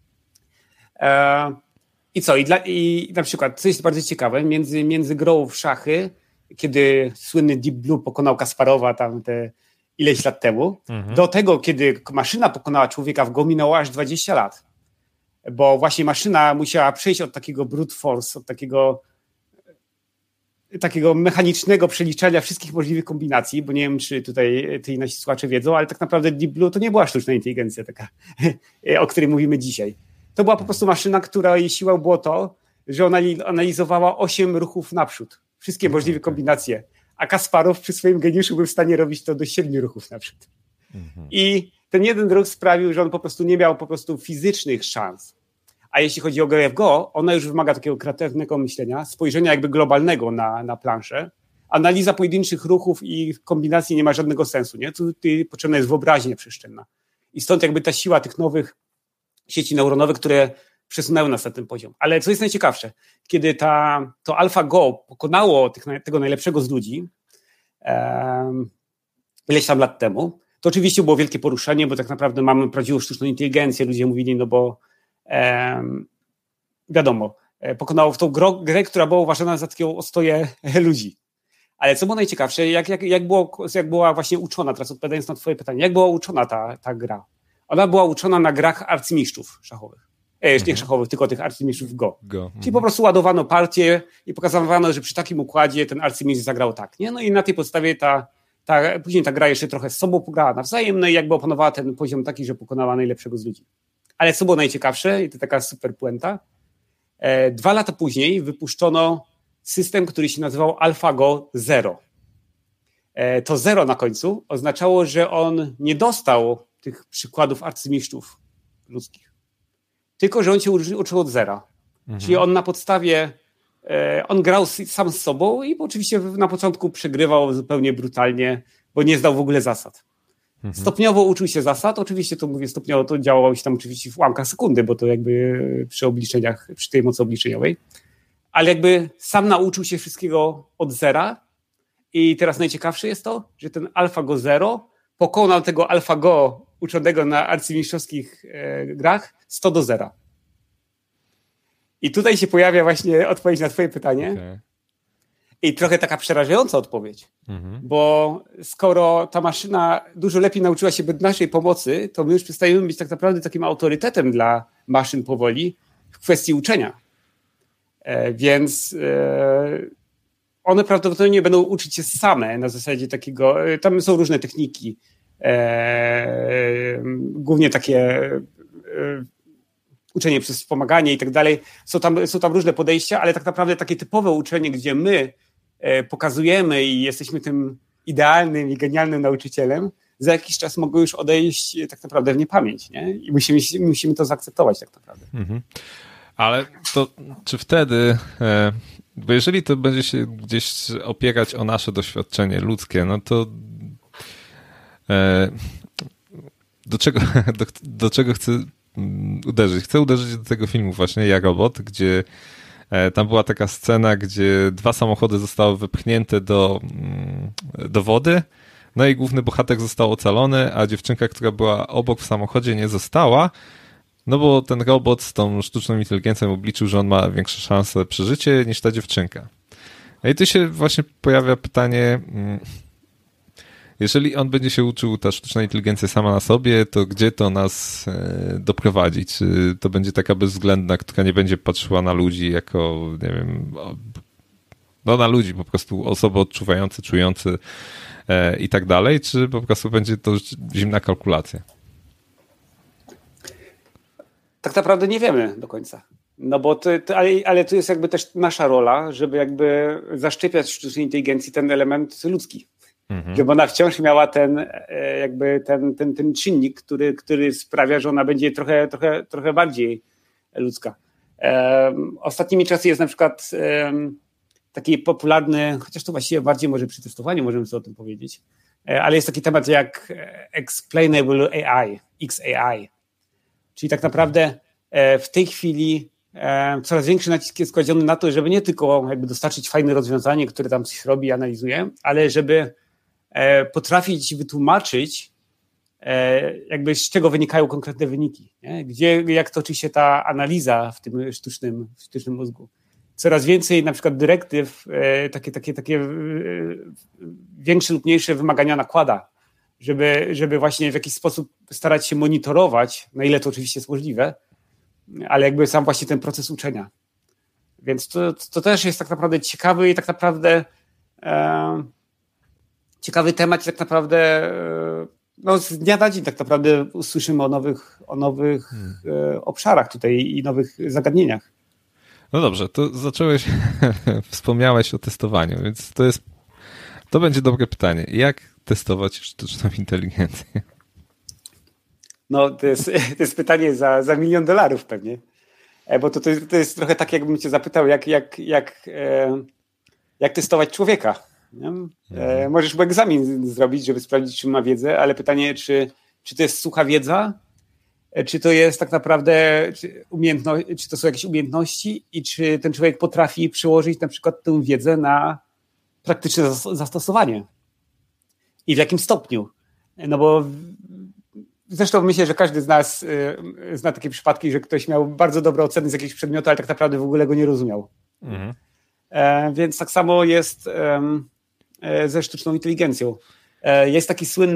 I co? I na przykład, co jest bardzo ciekawe, między grą w szachy, kiedy słynny Deep Blue pokonał Kasparowa tam te ileś lat temu, do tego, kiedy maszyna pokonała człowieka w Go, minęło aż 20 lat. Bo właśnie maszyna musiała przejść od takiego brute force, od takiego mechanicznego przeliczania wszystkich możliwych kombinacji, bo nie wiem, czy tutaj ty i nasi słuchacze wiedzą, ale tak naprawdę Deep Blue to nie była sztuczna inteligencja taka, o której mówimy dzisiaj. To była po prostu maszyna, której siłą było to, że ona analizowała 8 ruchów naprzód. Wszystkie możliwe kombinacje. A Kasparow przy swoim geniuszu był w stanie robić to do 7 ruchów naprzód. I ten jeden ruch sprawił, że on po prostu nie miał po prostu fizycznych szans. A jeśli chodzi o grę w Go, ona już wymaga takiego kreatywnego myślenia, spojrzenia jakby globalnego na planszę. Analiza pojedynczych ruchów i kombinacji nie ma żadnego sensu. Nie? Tu potrzebna jest wyobraźnia przestrzenna. I stąd jakby ta siła tych nowych sieci neuronowych, które przesunęły nas na ten poziom. Ale co jest najciekawsze, kiedy to AlphaGo pokonało tego najlepszego z ludzi ileś tam lat temu, to oczywiście było wielkie poruszenie, bo tak naprawdę mamy prawdziwą sztuczną inteligencję. Ludzie mówili, no bo wiadomo, pokonało w tą grę, która była uważana za taką ostoję ludzi. Ale co było najciekawsze, jak była właśnie uczona, teraz odpowiadając na twoje pytanie, jak była uczona ta gra? Ona była uczona na grach arcymistrzów szachowych. Nie szachowych, tylko tych arcymistrzów Go. Czyli po prostu ładowano partię i pokazywano, że przy takim układzie ten arcymistrz zagrał tak. Nie? No i na tej podstawie później ta gra jeszcze trochę z sobą pograła nawzajem, no i jakby opanowała ten poziom taki, że pokonała najlepszego z ludzi. Ale co było najciekawsze, i to taka super puenta, 2 lata później wypuszczono system, który się nazywał AlphaGo Zero. To zero na końcu oznaczało, że on nie dostał tych przykładów arcymistrzów ludzkich, tylko że on się uczył od zera. Czyli on na podstawie, on grał sam z sobą i oczywiście na początku przegrywał zupełnie brutalnie, bo nie znał w ogóle zasad. Stopniowo uczył się zasad, oczywiście to mówię stopniowo, to działało się tam oczywiście w ułamkach sekundy, bo to jakby przy obliczeniach, przy tej mocy obliczeniowej, ale jakby sam nauczył się wszystkiego od zera i teraz najciekawsze jest to, że ten AlphaGo Zero pokonał tego AlphaGo uczonego na arcymistrzowskich grach 100-0. I tutaj się pojawia właśnie odpowiedź na twoje pytanie. Okay. I trochę taka przerażająca odpowiedź, bo skoro ta maszyna dużo lepiej nauczyła się bez naszej pomocy, to my już przestajemy być tak naprawdę takim autorytetem dla maszyn powoli w kwestii uczenia. Więc one prawdopodobnie będą uczyć się same na zasadzie takiego, tam są różne techniki, głównie takie uczenie przez wspomaganie i tak dalej. Są tam różne podejścia, ale tak naprawdę takie typowe uczenie, gdzie my pokazujemy i jesteśmy tym idealnym i genialnym nauczycielem, za jakiś czas mogą już odejść tak naprawdę w niepamięć, nie? I musimy to zaakceptować tak naprawdę. Ale to czy wtedy, bo jeżeli to będzie się gdzieś opierać o nasze doświadczenie ludzkie, no to do czego chcę uderzyć? Chcę uderzyć do tego filmu właśnie Ja, Robot, gdzie tam była taka scena, gdzie 2 samochody zostały wypchnięte do wody, no i główny bohater został ocalony, a dziewczynka, która była obok w samochodzie, nie została, no bo ten robot z tą sztuczną inteligencją obliczył, że on ma większe szanse przeżycie niż ta dziewczynka. No i tu się właśnie pojawia pytanie, jeżeli on będzie się uczył, ta sztuczna inteligencja sama na sobie, to gdzie to nas doprowadzi? Czy to będzie taka bezwzględna, która nie będzie patrzyła na ludzi jako, nie wiem, no na ludzi, po prostu osoby odczuwające, czujące i tak dalej, czy po prostu będzie to zimna kalkulacja? Tak naprawdę nie wiemy do końca. No bo ale to jest jakby też nasza rola, żeby jakby zaszczepiać w sztucznej inteligencji ten element ludzki. Żeby ona wciąż miała ten czynnik, który sprawia, że ona będzie trochę bardziej ludzka. Ostatnimi czasy jest na przykład taki popularny, chociaż to właściwie bardziej może przy testowaniu możemy sobie o tym powiedzieć, ale jest taki temat jak Explainable AI, XAI. Czyli tak naprawdę w tej chwili coraz większy nacisk jest kładziony na to, żeby nie tylko jakby dostarczyć fajne rozwiązanie, które tam coś robi i analizuje, ale żeby potrafi ci wytłumaczyć, jakby z czego wynikają konkretne wyniki. Nie? Jak toczy się ta analiza w tym sztucznym mózgu. Coraz więcej na przykład dyrektyw, takie większe lub mniejsze wymagania nakłada, żeby właśnie w jakiś sposób starać się monitorować, na ile to oczywiście jest możliwe, ale jakby sam właśnie ten proces uczenia. Więc to też jest tak naprawdę ciekawy i tak naprawdę ciekawy temat i tak naprawdę z dnia na dzień tak naprawdę usłyszymy o nowych obszarach tutaj i nowych zagadnieniach. No dobrze, to wspomniałeś o testowaniu, więc to będzie dobre pytanie. Jak testować sztuczną inteligencję? No, to jest pytanie za $1 milion pewnie. Bo to jest trochę tak, jakbym cię zapytał, jak testować człowieka. Możesz mu egzamin zrobić, żeby sprawdzić, czy ma wiedzę, ale pytanie, czy to jest sucha wiedza, czy to jest tak naprawdę czy to są jakieś umiejętności i czy ten człowiek potrafi przełożyć na przykład tę wiedzę na praktyczne zastosowanie i w jakim stopniu. No bo zresztą myślę, że każdy z nas zna takie przypadki, że ktoś miał bardzo dobre oceny z jakiegoś przedmiotu, ale tak naprawdę w ogóle go nie rozumiał. Mhm. Więc tak samo jest ze sztuczną inteligencją. Jest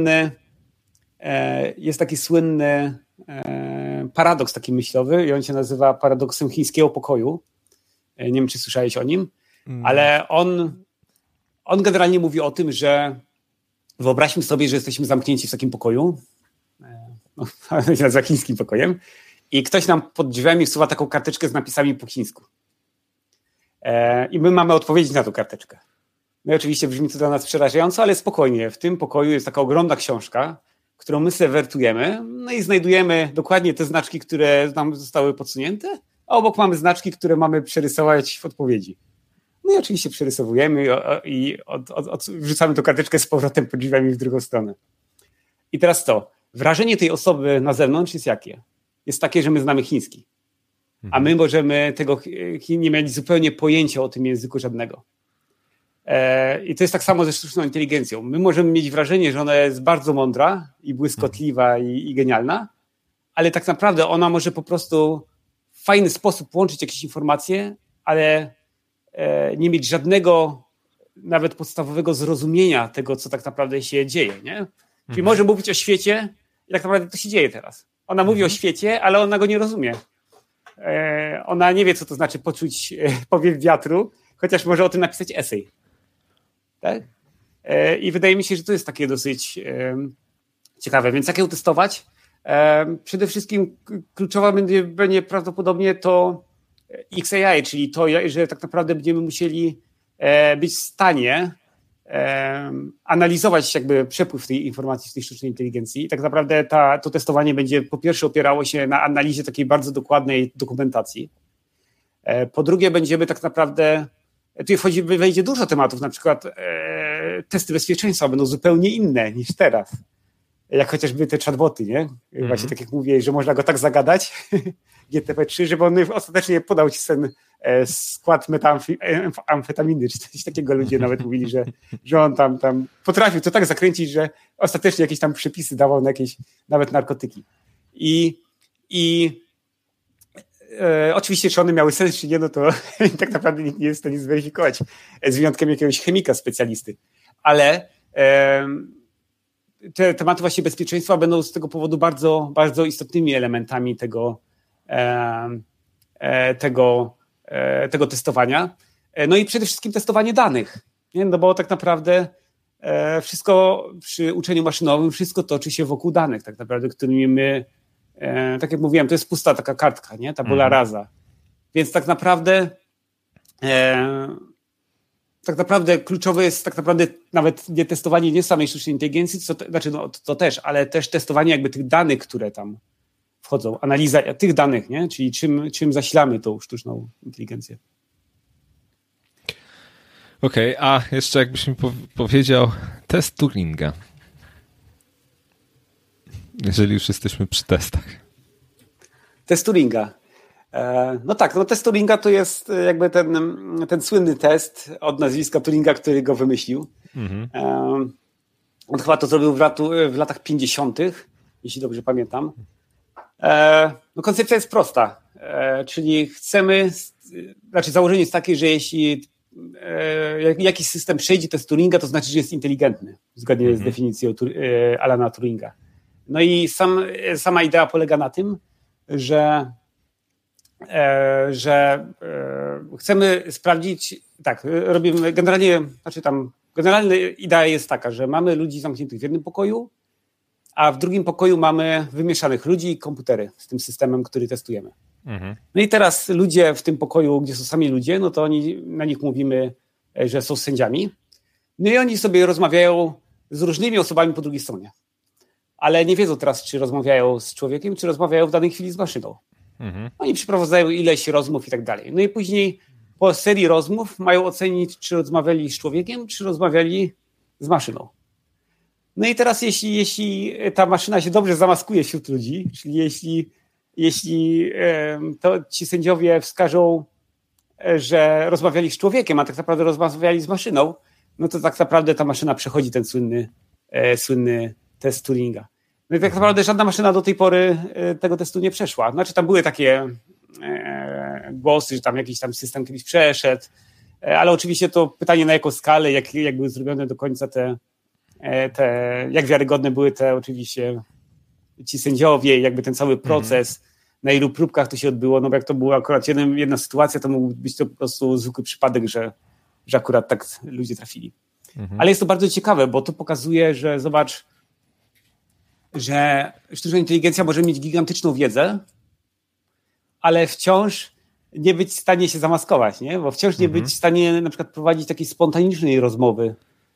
taki słynny paradoks taki myślowy i on się nazywa paradoksem chińskiego pokoju. Nie wiem, czy słyszałeś o nim, ale on generalnie mówi o tym, że wyobraźmy sobie, że jesteśmy zamknięci w takim pokoju, to się nazywa chińskim pokojem, i ktoś nam pod drzwiami wsuwa taką karteczkę z napisami po chińsku. I my mamy odpowiedzieć na tą karteczkę. No i oczywiście brzmi to dla nas przerażająco, ale spokojnie. W tym pokoju jest taka ogromna książka, którą my sobie wertujemy, no i znajdujemy dokładnie te znaczki, które nam zostały podsunięte, a obok mamy znaczki, które mamy przerysować w odpowiedzi. No i oczywiście przerysowujemy i wrzucamy tą karteczkę z powrotem pod drzwiami w drugą stronę. I teraz wrażenie tej osoby na zewnątrz jest jakie? Jest takie, że my znamy chiński, a my możemy nie mieć zupełnie pojęcia o tym języku żadnego. I to jest tak samo ze sztuczną inteligencją. My możemy mieć wrażenie, że ona jest bardzo mądra i błyskotliwa i genialna, ale tak naprawdę ona może po prostu w fajny sposób połączyć jakieś informacje, ale nie mieć żadnego nawet podstawowego zrozumienia tego, co tak naprawdę się dzieje. Nie? Czyli może mówić o świecie i tak naprawdę to się dzieje teraz. Ona mówi o świecie, ale ona go nie rozumie. Ona nie wie, co to znaczy poczuć powiew wiatru, chociaż może o tym napisać esej. Tak? I wydaje mi się, że to jest takie dosyć ciekawe. Więc jak ją testować? Przede wszystkim kluczowa będzie prawdopodobnie to XAI, czyli to, że tak naprawdę będziemy musieli być w stanie analizować jakby przepływ tej informacji z tej sztucznej inteligencji. I tak naprawdę to testowanie będzie po pierwsze opierało się na analizie takiej bardzo dokładnej dokumentacji. Po drugie będziemy tak naprawdę, tu wejdzie dużo tematów, na przykład testy bezpieczeństwa będą zupełnie inne niż teraz. Jak chociażby te chatboty, nie? Właśnie tak jak mówię, że można go tak zagadać, GTP3, żeby on ostatecznie podał ci ten skład metamfetaminy, czy coś takiego. Ludzie nawet mówili, że on tam potrafił to tak zakręcić, że ostatecznie jakieś tam przepisy dawał na jakieś nawet narkotyki. Oczywiście, czy one miały sens, czy nie, no to tak naprawdę nikt nie jest w stanie zweryfikować, z wyjątkiem jakiegoś chemika specjalisty. Ale te tematy właśnie bezpieczeństwa będą z tego powodu bardzo, bardzo istotnymi elementami tego testowania. No i przede wszystkim testowanie danych, nie? No bo tak naprawdę wszystko przy uczeniu maszynowym, wszystko toczy się wokół danych, tak naprawdę, którymi my, tak jak mówiłem, to jest pusta taka kartka, nie? Tabula rasa. Więc tak naprawdę kluczowe jest tak naprawdę nawet nie testowanie nie samej sztucznej inteligencji, to też, ale też testowanie jakby tych danych, które tam wchodzą, analiza tych danych, nie? Czyli czym zasilamy tą sztuczną inteligencję. Okej, a jeszcze jakbyś mi powiedział test Turinga. Jeżeli już jesteśmy przy testach. Test Turinga. No tak, test Turinga to jest jakby ten słynny test od nazwiska Turinga, który go wymyślił. On chyba to zrobił w latach 50., jeśli dobrze pamiętam. No koncepcja jest prosta, czyli założenie jest takie, że jeśli jakiś system przejdzie test Turinga, to znaczy, że jest inteligentny, zgodnie z definicją Alana Turinga. No i sama idea polega na tym, że chcemy sprawdzić, tak, robimy generalna idea jest taka, że mamy ludzi zamkniętych w jednym pokoju, a w drugim pokoju mamy wymieszanych ludzi i komputery z tym systemem, który testujemy. No i teraz ludzie w tym pokoju, gdzie są sami ludzie, no to na nich mówimy, że są sędziami. No i oni sobie rozmawiają z różnymi osobami po drugiej stronie. Ale nie wiedzą teraz, czy rozmawiają z człowiekiem, czy rozmawiają w danej chwili z maszyną. Oni przeprowadzają ileś rozmów i tak dalej. No i później po serii rozmów mają ocenić, czy rozmawiali z człowiekiem, czy rozmawiali z maszyną. No i teraz jeśli ta maszyna się dobrze zamaskuje wśród ludzi, czyli jeśli to ci sędziowie wskażą, że rozmawiali z człowiekiem, a tak naprawdę rozmawiali z maszyną, no to tak naprawdę ta maszyna przechodzi ten słynny test Turinga. No i tak naprawdę żadna maszyna do tej pory tego testu nie przeszła. Znaczy tam były takie głosy, że tam jakiś tam system kiedyś przeszedł, ale oczywiście to pytanie na jaką skalę, jak były zrobione do końca jak wiarygodne były te oczywiście ci sędziowie, jakby ten cały proces, na ilu próbkach to się odbyło, no bo jak to była akurat jedna sytuacja, to mógł być to po prostu zwykły przypadek, że akurat tak ludzie trafili. Ale jest to bardzo ciekawe, bo to pokazuje, że zobacz, że sztuczna inteligencja może mieć gigantyczną wiedzę, ale wciąż nie być w stanie się zamaskować, nie? Bo wciąż nie być w stanie na przykład prowadzić takiej spontanicznej rozmowy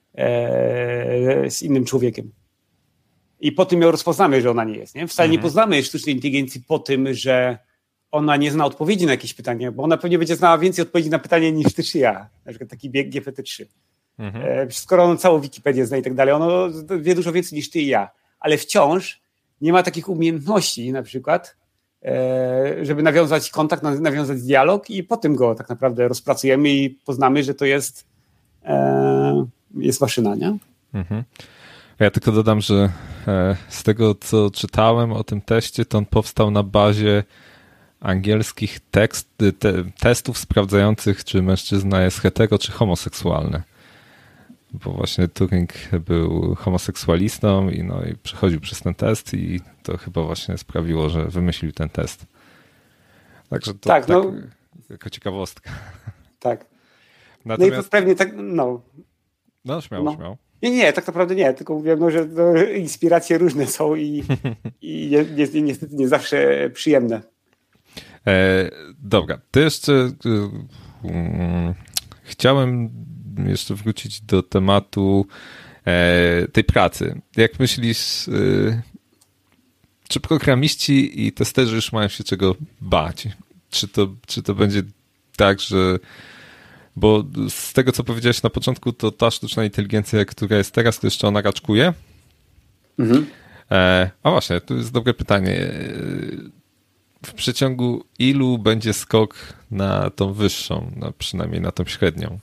z innym człowiekiem. I po tym ją rozpoznamy, że ona nie jest. Nie? Wcale nie poznamy sztucznej inteligencji po tym, że ona nie zna odpowiedzi na jakieś pytanie, bo ona pewnie będzie znała więcej odpowiedzi na pytanie niż ty czy ja. Na przykład taki bieg GPT-3. Skoro on całą Wikipedię zna i tak dalej, ono wie dużo więcej niż ty i ja. Ale wciąż nie ma takich umiejętności na przykład, żeby nawiązać kontakt, nawiązać dialog i potem go tak naprawdę rozpracujemy i poznamy, że to jest maszyna, nie? Ja tylko dodam, że z tego, co czytałem o tym teście, to on powstał na bazie angielskich testów sprawdzających, czy mężczyzna jest hetero, czy homoseksualny. Bo właśnie Turing był homoseksualistą i przechodził przez ten test i to chyba właśnie sprawiło, że wymyślił ten test. Także to tak jako ciekawostka. Tak. Natomiast... No i pewnie tak, śmiało. Nie, tak naprawdę nie, tylko mówiłem, że inspiracje różne są i niestety nie zawsze przyjemne. Dobra, to jeszcze chciałem jeszcze wrócić do tematu tej pracy. Jak myślisz, czy programiści i testerzy już mają się czego bać? Czy to będzie tak, że bo z tego, co powiedziałeś na początku, to ta sztuczna inteligencja, która jest teraz, to jeszcze ona raczkuje? A właśnie, to jest dobre pytanie. W przeciągu ilu będzie skok na tą wyższą, przynajmniej na tą średnią?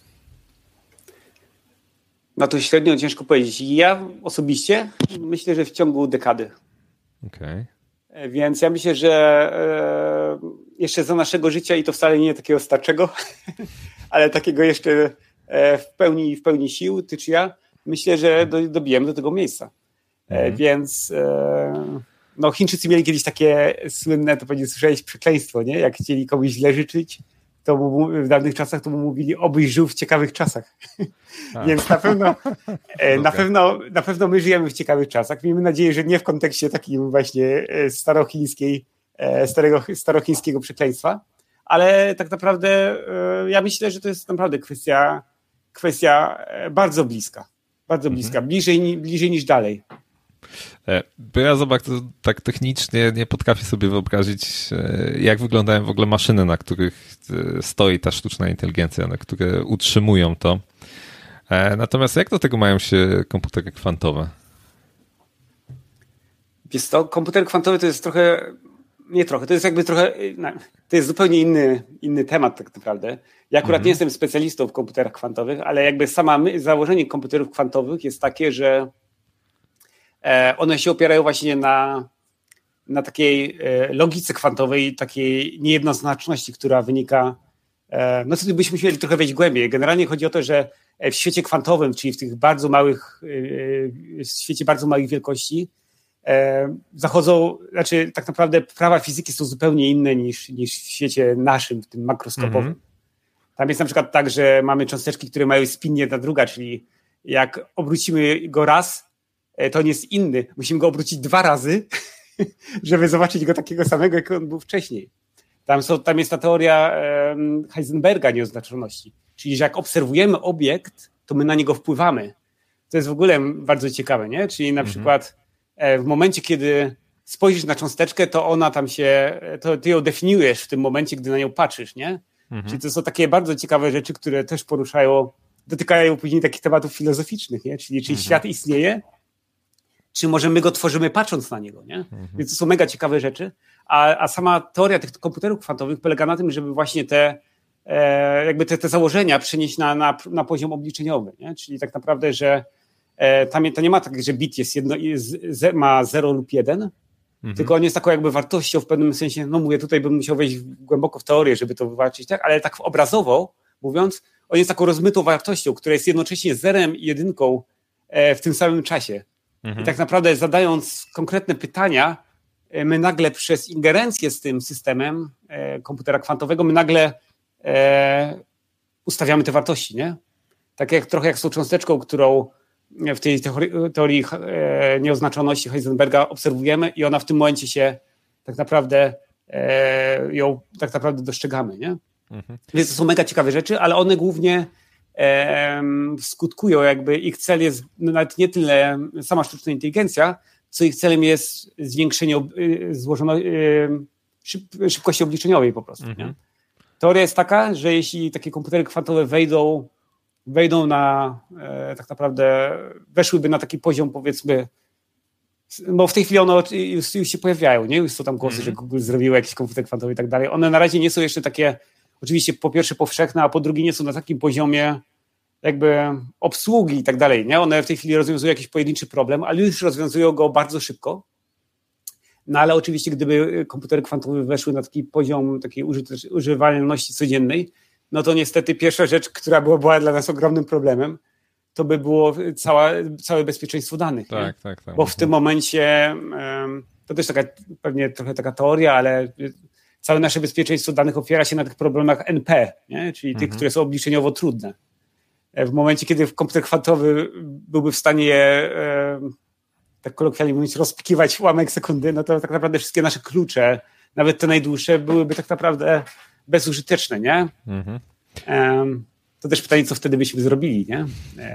Na tą średnią ciężko powiedzieć. Ja osobiście myślę, że w ciągu dekady. Okay. Więc ja myślę, że jeszcze za naszego życia i to wcale nie takiego starczego, ale takiego jeszcze w pełni sił, ty czy ja, myślę, że dobijemy do tego miejsca. Więc Chińczycy mieli kiedyś takie słynne, to pewnie słyszałeś, przekleństwo, nie? Jak chcieli komuś źle życzyć, to w dawnych czasach to mu mówili, obyś żył w ciekawych czasach. Więc na pewno my żyjemy w ciekawych czasach. Miejmy nadzieję, że nie w kontekście takim właśnie starochińskiego przekleństwa, ale tak naprawdę ja myślę, że to jest naprawdę kwestia bardzo bliska. Bardzo bliska. Bliżej niż dalej. Bo ja tak technicznie nie potrafię sobie wyobrazić, jak wyglądają w ogóle maszyny, na których stoi ta sztuczna inteligencja, na które utrzymują to. Natomiast jak do tego mają się komputery kwantowe? Wiesz co, komputer kwantowy to jest to jest zupełnie inny temat tak naprawdę. Ja akurat nie jestem specjalistą w komputerach kwantowych, ale jakby założenie komputerów kwantowych jest takie, że one się opierają właśnie na takiej logice kwantowej, takiej niejednoznaczności, która wynika. No to byśmy chcieli trochę wejść głębiej. Generalnie chodzi o to, że w świecie kwantowym, czyli w tych bardzo małych, w świecie bardzo małych wielkości, zachodzą, znaczy tak naprawdę prawa fizyki są zupełnie inne niż w świecie naszym, w tym makroskopowym. Tam jest na przykład tak, że mamy cząsteczki, które mają spin jedna druga, czyli jak obrócimy go raz, to on jest inny. Musimy go obrócić 2 razy, żeby zobaczyć go takiego samego, jak on był wcześniej. Tam jest ta teoria Heisenberga nieoznaczoności. Czyli, że jak obserwujemy obiekt, to my na niego wpływamy. To jest w ogóle bardzo ciekawe, nie? Czyli na przykład w momencie, kiedy spojrzysz na cząsteczkę, to ona tam to ty ją definiujesz w tym momencie, gdy na nią patrzysz, nie? Czyli to są takie bardzo ciekawe rzeczy, które też dotykają później takich tematów filozoficznych, nie? Czyli czy świat istnieje, czy może my go tworzymy patrząc na niego, nie? Więc to są mega ciekawe rzeczy, a sama teoria tych komputerów kwantowych polega na tym, żeby właśnie te założenia przenieść na poziom obliczeniowy, nie? Czyli tak naprawdę, że to nie ma tak, że bit ma 0 lub 1, tylko on jest taką jakby wartością w pewnym sensie, no mówię, tutaj bym musiał wejść głęboko w teorię, żeby to wybaczyć, tak? Ale tak obrazowo mówiąc, on jest taką rozmytą wartością, która jest jednocześnie 0 i 1 w tym samym czasie. I tak naprawdę zadając konkretne pytania, my nagle przez ingerencję z tym systemem komputera kwantowego, my nagle ustawiamy te wartości, nie? Tak trochę jak z tą cząsteczką, którą w tej teorii nieoznaczoności Heisenberga obserwujemy i ona w tym momencie się tak naprawdę ją tak naprawdę dostrzegamy, nie? Więc to są mega ciekawe rzeczy, ale one głównie skutkują jakby, ich cel jest nawet nie tyle sama sztuczna inteligencja, co ich celem jest zwiększenie szybkości obliczeniowej po prostu, nie? Teoria jest taka, że jeśli takie komputery kwantowe wejdą tak naprawdę weszłyby na taki poziom, powiedzmy, bo w tej chwili one już się pojawiają, nie? Już są tam głosy, że Google zrobiło jakiś komputer kwantowy i tak dalej. One na razie nie są jeszcze takie, oczywiście po pierwsze powszechne, a po drugie nie są na takim poziomie jakby obsługi i tak dalej, nie? One w tej chwili rozwiązują jakiś pojedynczy problem, ale już rozwiązują go bardzo szybko. No ale oczywiście, gdyby komputery kwantowe weszły na taki poziom takiej używalności codziennej, no to niestety pierwsza rzecz, która była dla nas ogromnym problemem, to by było całe bezpieczeństwo danych. Tak. Bo w tym momencie, to też pewnie trochę taka teoria, ale całe nasze bezpieczeństwo danych opiera się na tych problemach NP, nie? Czyli tych, które są obliczeniowo trudne. W momencie, kiedy komputer kwantowy byłby w stanie je, tak kolokwialnie mówiąc, rozpikiwać w ułamek sekundy, no to tak naprawdę wszystkie nasze klucze, nawet te najdłuższe, byłyby tak naprawdę bezużyteczne, nie? To też pytanie, co wtedy byśmy zrobili, nie?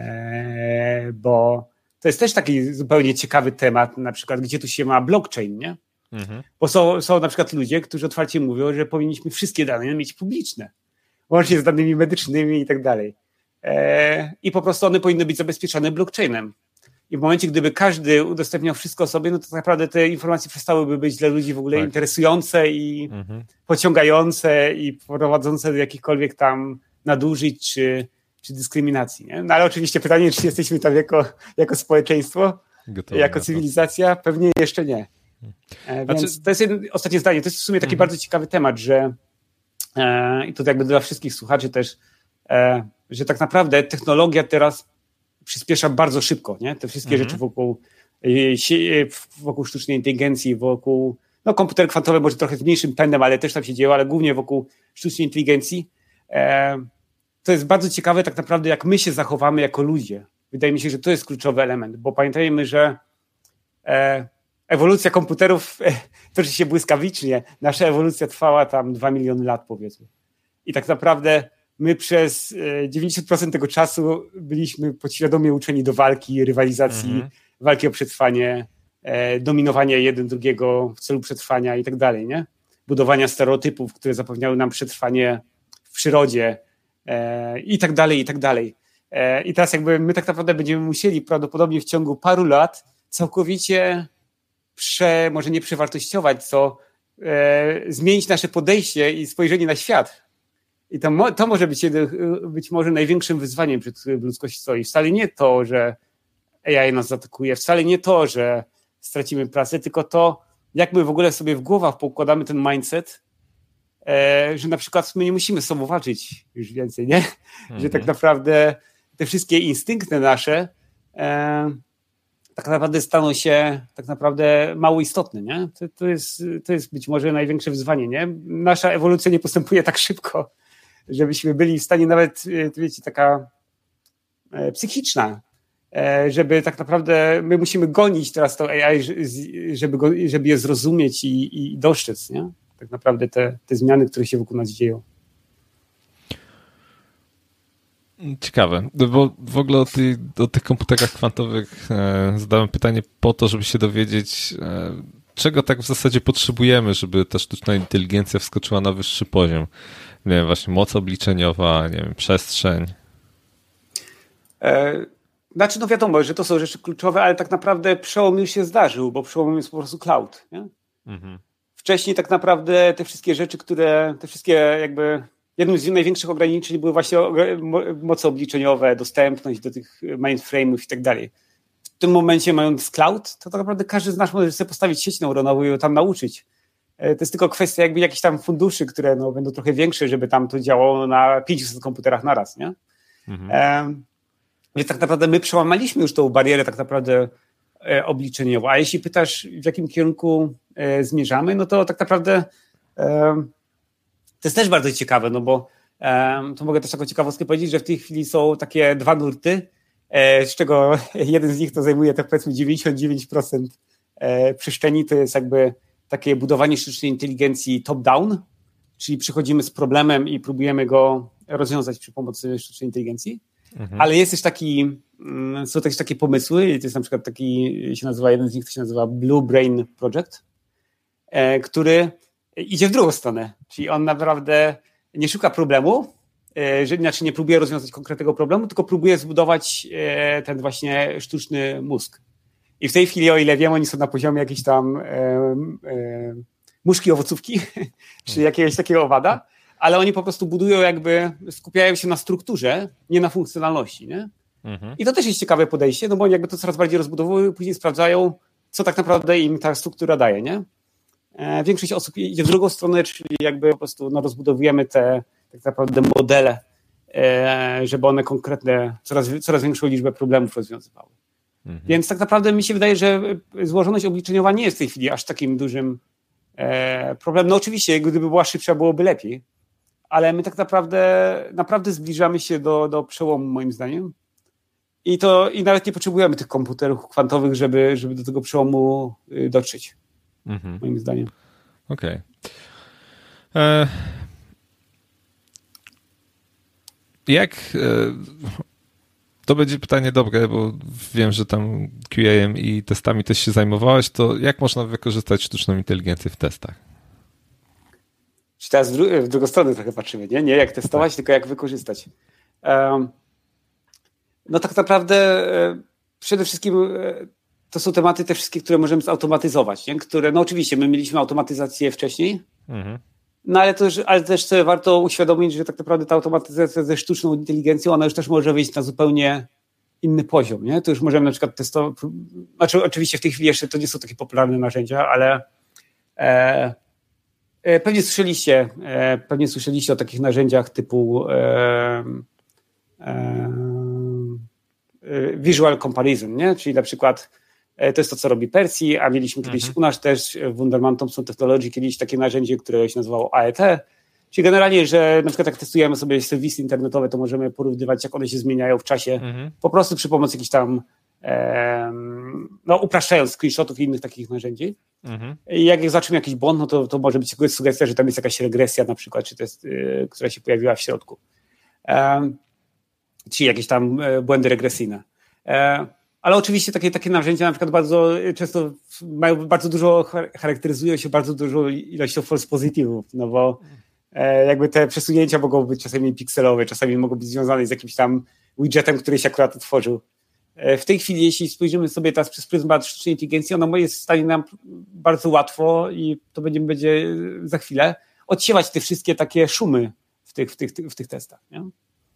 Bo to jest też taki zupełnie ciekawy temat, na przykład, gdzie tu się ma blockchain, nie? Bo są na przykład ludzie, którzy otwarcie mówią, że powinniśmy wszystkie dane mieć publiczne, łącznie z danymi medycznymi i tak dalej. I po prostu one powinny być zabezpieczone blockchainem. I w momencie, gdyby każdy udostępniał wszystko sobie, no to tak naprawdę te informacje przestałyby być dla ludzi w ogóle interesujące i pociągające i prowadzące do jakichkolwiek tam nadużyć czy dyskryminacji. Nie? No ale oczywiście pytanie, czy jesteśmy tam jako społeczeństwo, jako cywilizacja? Pewnie jeszcze nie. Więc to jest ostatnie zdanie. To jest w sumie taki bardzo ciekawy temat, że i to jakby dla wszystkich słuchaczy też, że tak naprawdę technologia teraz przyspiesza bardzo szybko, nie? Te wszystkie rzeczy wokół sztucznej inteligencji, wokół komputery kwantowe może trochę z mniejszym pędem, ale też tam się dzieje, ale głównie wokół sztucznej inteligencji. To jest bardzo ciekawe tak naprawdę, jak my się zachowamy jako ludzie. Wydaje mi się, że to jest kluczowy element, bo pamiętajmy, że ewolucja komputerów toczy się błyskawicznie. Nasza ewolucja trwała tam 2 miliony lat, powiedzmy. I tak naprawdę my przez 90% tego czasu byliśmy podświadomie uczeni do walki, rywalizacji, walki o przetrwanie, dominowania jeden drugiego w celu przetrwania i tak dalej, nie? Budowania stereotypów, które zapewniały nam przetrwanie w przyrodzie i tak dalej, i tak dalej. I teraz jakby my tak naprawdę będziemy musieli prawdopodobnie w ciągu paru lat całkowicie może nie przewartościować, co zmienić nasze podejście i spojrzenie na świat. I to może być może największym wyzwaniem, przed którym ludzkość stoi. Wcale nie to, że AI nas zaatakuje. Wcale nie to, że stracimy pracę, tylko to, jak my w ogóle sobie w głowach poukładamy ten mindset, że na przykład my nie musimy z sobą walczyć już więcej, nie? Że tak naprawdę te wszystkie instynkty nasze tak naprawdę staną się tak naprawdę mało istotne, nie? To jest być może największe wyzwanie, nie? Nasza ewolucja nie postępuje tak szybko, żebyśmy byli w stanie nawet, wiecie, taka psychiczna, żeby tak naprawdę my musimy gonić teraz to AI, żeby je zrozumieć i dostrzec, nie? Tak naprawdę te zmiany, które się wokół nas dzieją. Ciekawe, bo w ogóle o tych komputerach kwantowych zadałem pytanie po to, żeby się dowiedzieć, czego tak w zasadzie potrzebujemy, żeby ta sztuczna inteligencja wskoczyła na wyższy poziom. Nie wiem, właśnie moc obliczeniowa, nie wiem, przestrzeń. Znaczy, no wiadomo, że to są rzeczy kluczowe, ale tak naprawdę przełom już się zdarzył, bo przełomem jest po prostu cloud, nie? Wcześniej tak naprawdę te wszystkie rzeczy, te wszystkie jakby jednym z największych ograniczeń były właśnie moce obliczeniowe, dostępność do tych mainframe'ów i tak dalej. W tym momencie, mając cloud, to tak naprawdę każdy z nas może sobie postawić sieć neuronową i ją tam nauczyć. To jest tylko kwestia jakby jakichś tam funduszy, które będą trochę większe, żeby tam to działało na 500 komputerach naraz, nie? Więc tak naprawdę my przełamaliśmy już tą barierę tak naprawdę obliczeniową. A jeśli pytasz, w jakim kierunku zmierzamy, no to tak naprawdę to jest też bardzo ciekawe, no bo to mogę też taką ciekawostkę powiedzieć, że w tej chwili są takie dwa nurty, z czego jeden z nich to zajmuje tak powiedzmy 99% przestrzeni, to jest jakby takie budowanie sztucznej inteligencji top-down, czyli przychodzimy z problemem i próbujemy go rozwiązać przy pomocy sztucznej inteligencji, ale jest też są też takie pomysły, to jest na przykład jeden z nich to się nazywa Blue Brain Project, który idzie w drugą stronę, czyli on naprawdę nie szuka problemu, znaczy nie próbuje rozwiązać konkretnego problemu, tylko próbuje zbudować ten właśnie sztuczny mózg. I w tej chwili, o ile wiem, oni są na poziomie jakiejś tam muszki owocówki, czy jakiegoś takiego owada, ale oni po prostu budują skupiają się na strukturze, nie na funkcjonalności, nie? I to też jest ciekawe podejście, no bo oni jakby to coraz bardziej rozbudowują i później sprawdzają, co tak naprawdę im ta struktura daje, nie? Większość osób idzie w drugą stronę, czyli jakby po prostu rozbudowujemy te tak naprawdę modele, żeby one konkretne, coraz większą liczbę problemów rozwiązywały. Więc tak naprawdę mi się wydaje, że złożoność obliczeniowa nie jest w tej chwili aż takim dużym problemem. No oczywiście, gdyby była szybsza, byłoby lepiej, ale my tak naprawdę zbliżamy się do przełomu, moim zdaniem. I nawet nie potrzebujemy tych komputerów kwantowych, żeby do tego przełomu dotrzeć. Moim zdaniem. Okej. To będzie pytanie dobre, bo wiem, że tam QA-em i testami też się zajmowałeś, to jak można wykorzystać sztuczną inteligencję w testach? Czy teraz w drugą stronę trochę patrzymy, nie? Nie jak testować, tylko jak wykorzystać. No tak naprawdę przede wszystkim to są tematy te wszystkie, które możemy zautomatyzować, nie? No oczywiście my mieliśmy automatyzację wcześniej, no ale też sobie warto uświadomić, że tak naprawdę ta automatyzacja ze sztuczną inteligencją, ona już też może wyjść na zupełnie inny poziom, nie? To już możemy na przykład testować, znaczy oczywiście w tej chwili jeszcze to nie są takie popularne narzędzia, ale pewnie słyszeliście o takich narzędziach typu visual comparison, nie? Czyli na przykład to jest to, co robi Percy, a mieliśmy kiedyś u nas też w Wunderman Thompson Technology kiedyś takie narzędzie, które się nazywało AET. Czyli generalnie, że na przykład jak testujemy sobie serwisy internetowe, to możemy porównywać, jak one się zmieniają w czasie, po prostu przy pomocy jakichś tam, upraszczając screenshotów i innych takich narzędzi. I jak zobaczymy jakiś błąd, no to może być sugestia, że tam jest jakaś regresja na przykład, czy to jest, która się pojawiła w środku. Czyli jakieś tam błędy regresyjne. Ale oczywiście takie narzędzia na przykład bardzo często charakteryzują się bardzo dużą ilością false positive'ów, no bo jakby te przesunięcia mogą być czasami pikselowe, czasami mogą być związane z jakimś tam widgetem, który się akurat otworzył. W tej chwili, jeśli spojrzymy sobie teraz przez pryzmat sztucznej inteligencji, ona jest w stanie nam bardzo łatwo i to będzie za chwilę odsiewać te wszystkie takie szumy w tych testach, nie?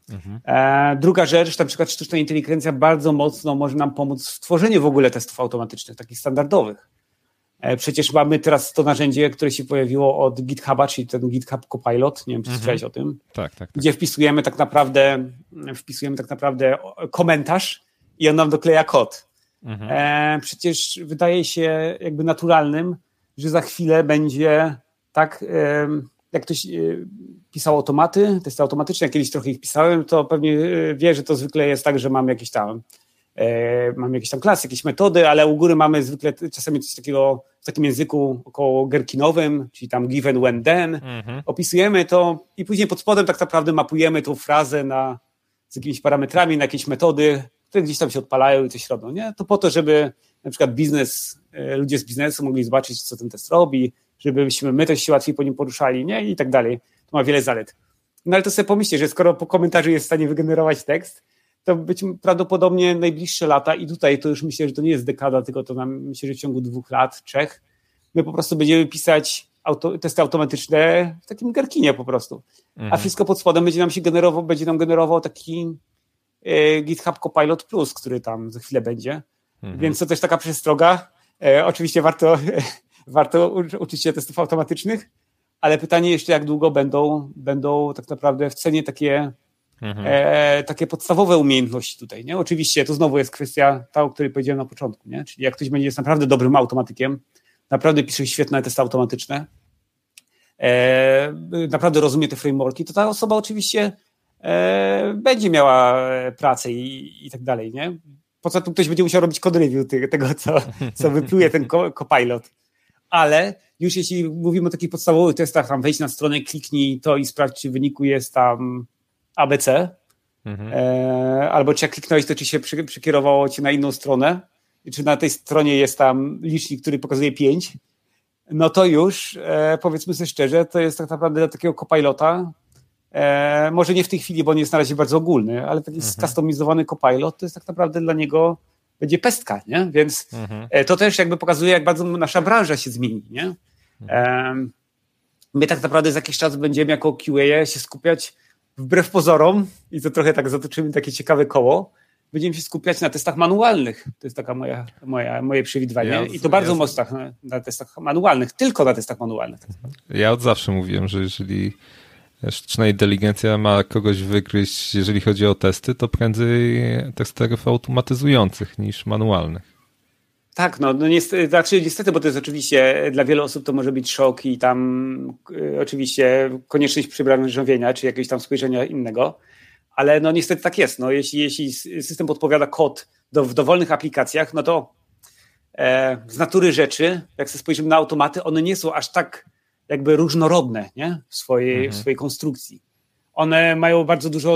Druga rzecz, na przykład sztuczna inteligencja bardzo mocno może nam pomóc w tworzeniu w ogóle testów automatycznych, takich standardowych. Przecież mamy teraz to narzędzie, które się pojawiło od GitHuba, czyli ten GitHub Copilot, nie wiem, czy słyszałeś o tym, tak. gdzie wpisujemy tak naprawdę komentarz i on nam dokleja kod. Przecież wydaje się jakby naturalnym, że za chwilę będzie tak, jak ktoś pisał automaty, testy automatyczne, jak kiedyś trochę ich pisałem, to pewnie wie, że to zwykle jest tak, że mam jakieś tam klasy, jakieś metody, ale u góry mamy zwykle czasami coś takiego w takim języku około gherkinowym, czyli tam given, when, then. Opisujemy to i później pod spodem tak naprawdę mapujemy tą frazę z jakimiś parametrami na jakieś metody, które gdzieś tam się odpalają i coś robią. Nie? To po to, żeby na przykład ludzie z biznesu mogli zobaczyć, co ten test robi, żebyśmy my też się łatwiej po nim poruszali, nie? I tak dalej. To ma wiele zalet. No ale to sobie pomyślcie, że skoro po komentarzu jest w stanie wygenerować tekst, to być prawdopodobnie najbliższe lata i tutaj to już myślę, że to nie jest dekada, tylko to myślę, że w ciągu 2 lat, 3, my po prostu będziemy pisać testy automatyczne w takim Gherkinie po prostu. A wszystko pod spodem będzie nam generował taki GitHub Copilot Plus, który tam za chwilę będzie. Więc to też taka przestroga. Oczywiście warto uczyć się testów automatycznych, ale pytanie jeszcze, jak długo będą tak naprawdę w cenie takie podstawowe umiejętności tutaj, nie? Oczywiście to znowu jest kwestia ta, o której powiedziałem na początku, nie? Czyli jak ktoś jest naprawdę dobrym automatykiem, naprawdę pisze świetne testy automatyczne, naprawdę rozumie te frameworki, to ta osoba oczywiście będzie miała pracę i tak dalej, nie? Poza tym ktoś będzie musiał robić code review tego, co wypluje ten Copilot. Ale już jeśli mówimy o takich podstawowych testach, tam wejdź na stronę, kliknij to i sprawdź, czy w wyniku jest tam ABC, albo czy jak kliknąłeś, to czy się przekierowało cię na inną stronę, czy na tej stronie jest tam licznik, który pokazuje 5, no to już, powiedzmy sobie szczerze, to jest tak naprawdę dla takiego Copilota, może nie w tej chwili, bo on jest na razie bardzo ogólny, ale taki skustomizowany Copilot to jest tak naprawdę dla niego będzie pestka, nie? Więc to też jakby pokazuje, jak bardzo nasza branża się zmieni, nie? My tak naprawdę za jakiś czas będziemy jako QA się skupiać wbrew pozorom i to trochę tak zatoczymy takie ciekawe koło, będziemy się skupiać na testach manualnych. To jest taka moje przewidywanie. I to bardzo mocno na testach manualnych, tylko na testach manualnych. Ja od zawsze mówiłem, że jeżeli sztuczna inteligencja ma kogoś wygryźć, jeżeli chodzi o testy, to prędzej testerów automatyzujących niż manualnych. Tak, niestety, bo to jest oczywiście dla wielu osób to może być szok i tam oczywiście konieczność przebranżowienia, czy jakiegoś tam spojrzenia innego, ale no niestety tak jest. No, jeśli system podpowiada kod w dowolnych aplikacjach, no to z natury rzeczy, jak sobie spojrzymy na automaty, one nie są aż tak jakby różnorodne, nie? W swojej konstrukcji. One mają bardzo dużo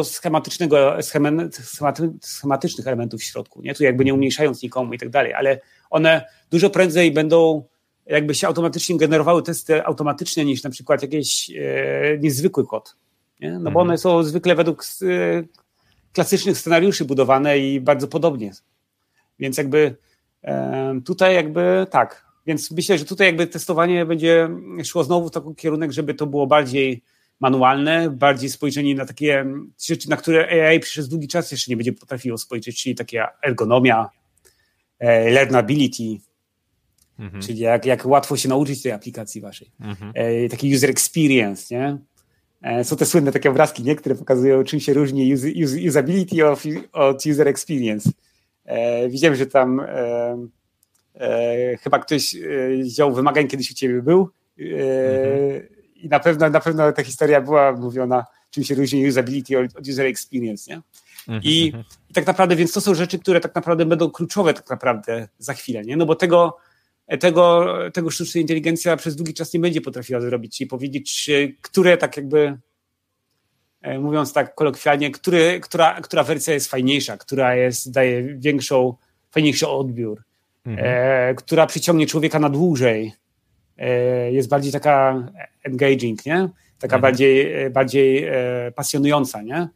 schematycznych elementów w środku, nie? Tu jakby nie umniejszając nikomu i tak dalej, ale one dużo prędzej będą jakby się automatycznie generowały testy automatyczne niż na przykład jakiś niezwykły kod. Nie? No bo one są zwykle według klasycznych scenariuszy budowane i bardzo podobnie. Więc jakby tutaj jakby tak. Więc myślę, że tutaj jakby testowanie będzie szło znowu w taki kierunek, żeby to było bardziej manualne, bardziej spojrzenie na takie rzeczy, na które AI przez długi czas jeszcze nie będzie potrafiło spojrzeć, czyli taka ergonomia, learnability, czyli jak łatwo się nauczyć tej aplikacji waszej. Taki user experience, nie? Są te słynne takie obrazki, nie? Które pokazują, czym się różni usability od user experience. Widziałem, że tam chyba ktoś z działu wymagań kiedyś u ciebie był i na pewno ta historia była mówiona, czym się różni usability od user experience, nie? I tak naprawdę, więc to są rzeczy, które tak naprawdę będą kluczowe tak naprawdę za chwilę, nie? No bo tego sztuczna inteligencja przez długi czas nie będzie potrafiła zrobić, czyli powiedzieć, które tak jakby, mówiąc tak kolokwialnie, która wersja jest fajniejsza, która daje fajniejszy odbiór, która przyciągnie człowieka na dłużej, jest bardziej taka engaging, nie? Taka bardziej pasjonująca, nie?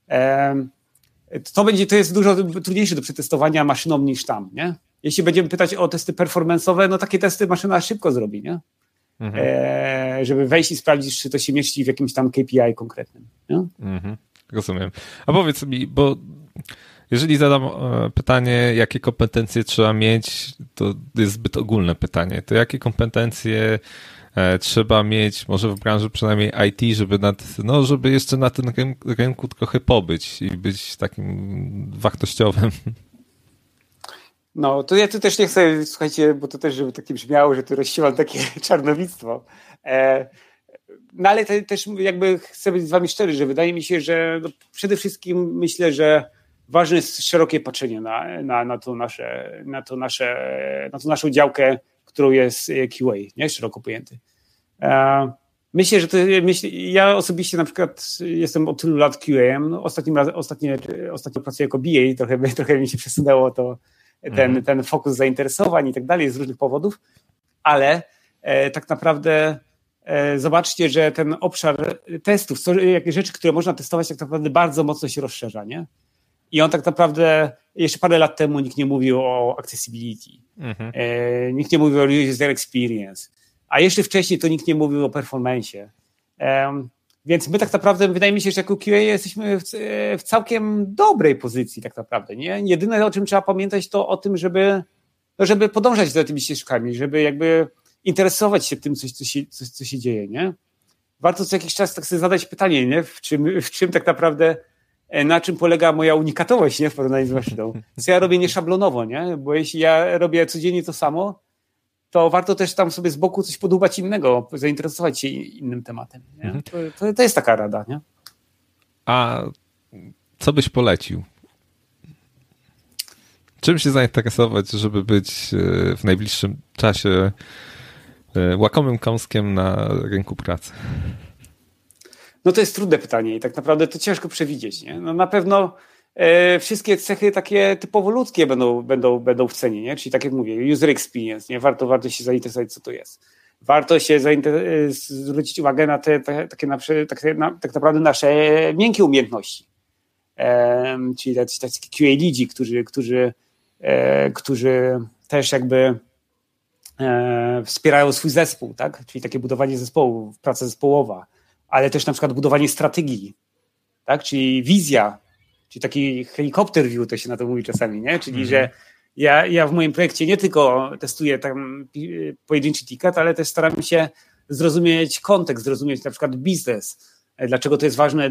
To jest dużo trudniejsze do przetestowania maszyną niż tam, nie? Jeśli będziemy pytać o testy performance'owe, no takie testy maszyna szybko zrobi, nie? Żeby wejść i sprawdzić, czy to się mieści w jakimś tam KPI konkretnym. Nie? Rozumiem. A powiedz mi, bo jeżeli zadam pytanie, jakie kompetencje trzeba mieć, to jest zbyt ogólne pytanie. To jakie kompetencje trzeba mieć, może w branży przynajmniej IT, żeby jeszcze na tym rynku trochę pobyć i być takim wartościowym? No, to ja tu też nie chcę, słuchajcie, bo to też, żeby takie brzmiało, że tu rozsiewam takie czarnowictwo. No ale też jakby chcę być z wami szczery, że wydaje mi się, że przede wszystkim myślę, że ważne jest szerokie patrzenie na tą naszą działkę, którą jest QA, nie? Szeroko pojęty. Myślę, że ja osobiście na przykład jestem od tylu lat QA-em. No, ostatnio pracuję jako BA, trochę mi się przesunęło ten fokus zainteresowań i tak dalej z różnych powodów, ale tak naprawdę zobaczcie, że ten obszar testów, jakieś rzeczy, które można testować, tak naprawdę bardzo mocno się rozszerza, nie? I on tak naprawdę, jeszcze parę lat temu nikt nie mówił o accessibility, nikt nie mówił o user experience, a jeszcze wcześniej to nikt nie mówił o performance. Więc my tak naprawdę, wydaje mi się, że jako QA jesteśmy w całkiem dobrej pozycji tak naprawdę, nie? Jedyne, o czym trzeba pamiętać, to o tym, żeby podążać za tymi ścieżkami, żeby jakby interesować się tym, co się dzieje, nie? Warto co jakiś czas tak sobie zadać pytanie, nie? W czym tak naprawdę, na czym polega moja unikatowość, nie? W porównaniu z maszyną. Co ja robię nieszablonowo, nie? Bo jeśli ja robię codziennie to samo, to warto też tam sobie z boku coś podłubać innego, zainteresować się innym tematem. Nie? To jest taka rada, nie? A co byś polecił? Czym się zainteresować, żeby być w najbliższym czasie łakomym kąskiem na rynku pracy? No to jest trudne pytanie i tak naprawdę to ciężko przewidzieć, nie? No na pewno wszystkie cechy takie typowo ludzkie będą w cenie, nie? Czyli tak jak mówię, user experience, nie? Warto się zainteresować, co to jest. Warto się zwrócić uwagę na tak naprawdę nasze miękkie umiejętności. Czyli tacy QA lidzi, którzy też jakby wspierają swój zespół, tak? Czyli takie budowanie zespołu, praca zespołowa, ale też na przykład budowanie strategii, tak? Czyli wizja, czyli taki helikopter view, to się na to mówi czasami, nie? Czyli że ja w moim projekcie nie tylko testuję tam pojedynczy ticket, ale też staram się zrozumieć kontekst, zrozumieć na przykład biznes, dlaczego to jest ważne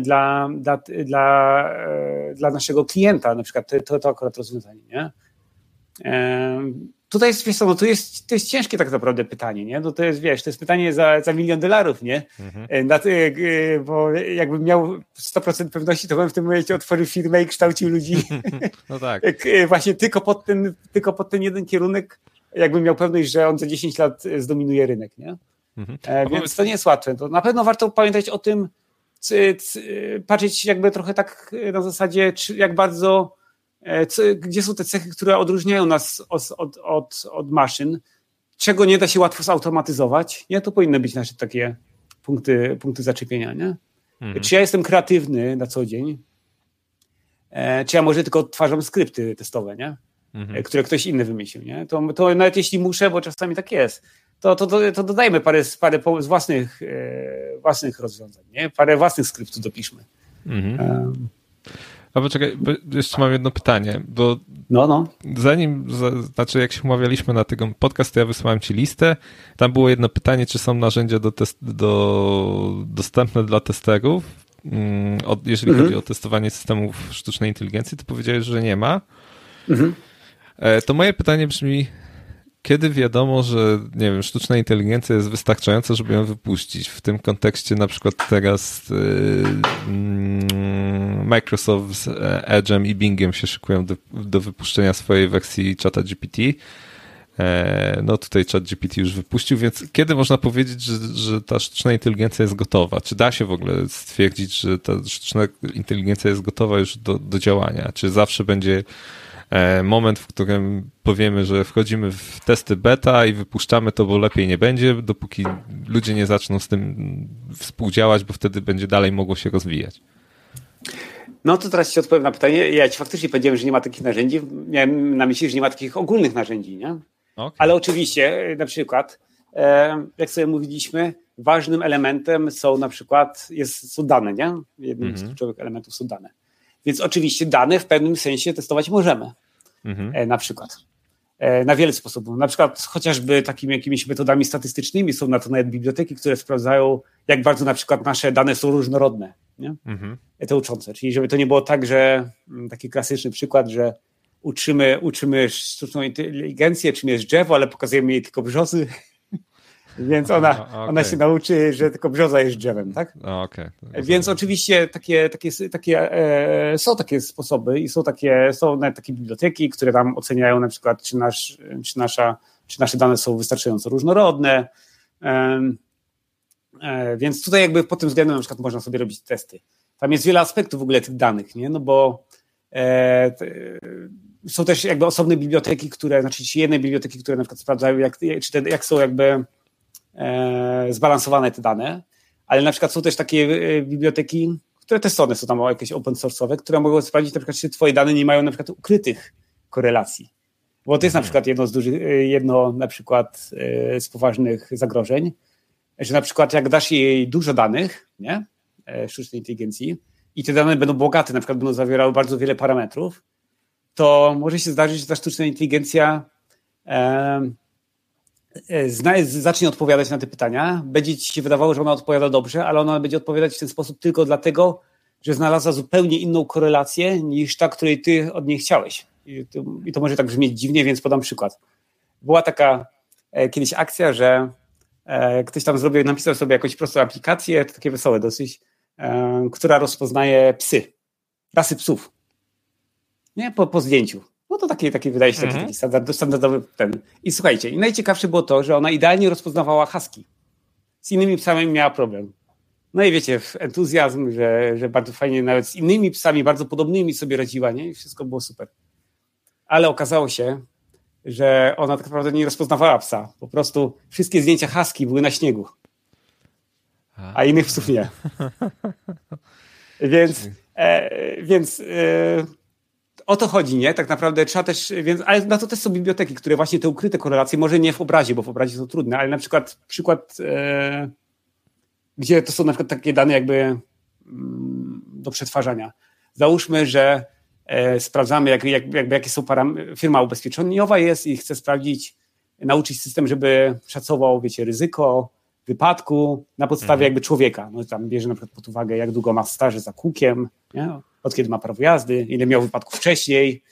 dla naszego klienta, na przykład to akurat rozwiązanie, nie? Tutaj jest, wiesz co, no to jest ciężkie tak naprawdę pytanie, nie? No to jest, wiesz, to jest pytanie za $1 milion, nie? Bo jakbym miał 100% pewności, to bym w tym momencie otworzył firmę i kształcił ludzi. No tak. Właśnie tylko pod ten jeden kierunek, jakbym miał pewność, że on za 10 lat zdominuje rynek, nie? Więc to nie jest łatwe. To na pewno warto pamiętać o tym, patrzeć jakby trochę tak na zasadzie, jak bardzo gdzie są te cechy, które odróżniają nas od maszyn, czego nie da się łatwo zautomatyzować, nie? To powinny być nasze takie punkty zaczepienia, nie? Czy ja jestem kreatywny na co dzień, czy ja może tylko odtwarzam skrypty testowe, nie? Które ktoś inny wymyślił, nie? To nawet jeśli muszę, bo czasami tak jest, to dodajmy parę z własnych rozwiązań, nie? Parę własnych skryptów dopiszmy. A poczekaj, jeszcze mam jedno pytanie, bo jak się umawialiśmy na tego podcast, to ja wysłałem ci listę, tam było jedno pytanie, czy są narzędzia dostępne dla testerów, jeżeli chodzi o testowanie systemów sztucznej inteligencji, to powiedziałeś, że nie ma. To moje pytanie brzmi, kiedy wiadomo, że nie wiem, sztuczna inteligencja jest wystarczająca, żeby ją wypuścić? W tym kontekście na przykład teraz Microsoft z Edge'em i Bingiem się szykują do wypuszczenia swojej wersji czata GPT. No tutaj ChatGPT już wypuścił, więc kiedy można powiedzieć, że ta sztuczna inteligencja jest gotowa? Czy da się w ogóle stwierdzić, że ta sztuczna inteligencja jest gotowa już do działania? Czy zawsze będzie moment, w którym powiemy, że wchodzimy w testy beta i wypuszczamy to, bo lepiej nie będzie, dopóki ludzie nie zaczną z tym współdziałać, bo wtedy będzie dalej mogło się rozwijać? No to teraz ci odpowiem na pytanie. Ja ci faktycznie powiedziałem, że nie ma takich narzędzi. Miałem na myśli, że nie ma takich ogólnych narzędzi, nie? Okay. Ale oczywiście, na przykład, jak sobie mówiliśmy, ważnym elementem są na przykład są dane, nie? Jednym z kluczowych elementów są dane. Więc oczywiście dane w pewnym sensie testować możemy. Na przykład. Na wiele sposobów. Na przykład chociażby takimi jakimiś metodami statystycznymi są na to nawet biblioteki, które sprawdzają, jak bardzo na przykład nasze dane są różnorodne. Nie? Te uczące. Czyli żeby to nie było tak, że taki klasyczny przykład, że uczymy sztuczną inteligencję, czym jest drzewo, ale pokazujemy jej tylko brzozy. Więc ona się nauczy, że tylko brzoza jest drzewem, tak? Okay. Więc oczywiście są takie sposoby i są nawet takie biblioteki, które tam oceniają na przykład, czy nasze dane są wystarczająco różnorodne. Więc tutaj jakby pod tym względem na przykład można sobie robić testy. Tam jest wiele aspektów w ogóle tych danych, nie? No bo są też jakby osobne biblioteki, jedne biblioteki, które na przykład sprawdzają, jak są jakby zbalansowane te dane, ale na przykład są też takie biblioteki, które też są tam jakieś open source'owe, które mogą sprawdzić na przykład, czy twoje dane nie mają na przykład ukrytych korelacji. Bo to jest na przykład jedno na przykład z poważnych zagrożeń, że na przykład jak dasz jej dużo danych, nie? Sztucznej inteligencji i te dane będą bogate, na przykład będą zawierały bardzo wiele parametrów, to może się zdarzyć, że ta sztuczna inteligencja zacznie odpowiadać na te pytania, będzie ci się wydawało, że ona odpowiada dobrze, ale ona będzie odpowiadać w ten sposób tylko dlatego, że znalazła zupełnie inną korelację niż ta, której ty od niej chciałeś. I to może tak brzmieć dziwnie, więc podam przykład. Była taka kiedyś akcja, że ktoś tam napisał sobie jakąś prostą aplikację, to takie wesołe dosyć, która rozpoznaje psy, rasy psów. Nie? Po zdjęciu. No to taki wydaje się taki standardowy ten. I słuchajcie, i najciekawsze było to, że ona idealnie rozpoznawała husky. Z innymi psami miała problem. No i wiecie, entuzjazm, że bardzo fajnie nawet z innymi psami, bardzo podobnymi sobie radziła, nie? I wszystko było super. Ale okazało się, że ona tak naprawdę nie rozpoznawała psa. Po prostu wszystkie zdjęcia husky były na śniegu. A innych psów nie. Więc o to chodzi, nie? Tak naprawdę trzeba też, ale na to też są biblioteki, które właśnie te ukryte korelacje, może nie w obrazie, bo w obrazie są trudne, ale na przykład gdzie to są na przykład takie dane jakby do przetwarzania. Załóżmy, że sprawdzamy, jakie są firma ubezpieczeniowa jest i chce nauczyć system, żeby szacował, wiecie, ryzyko wypadku na podstawie jakby człowieka. No tam bierze na przykład pod uwagę, jak długo ma staży za kółkiem, nie? Od kiedy ma prawo jazdy, ile miał wypadków wcześniej,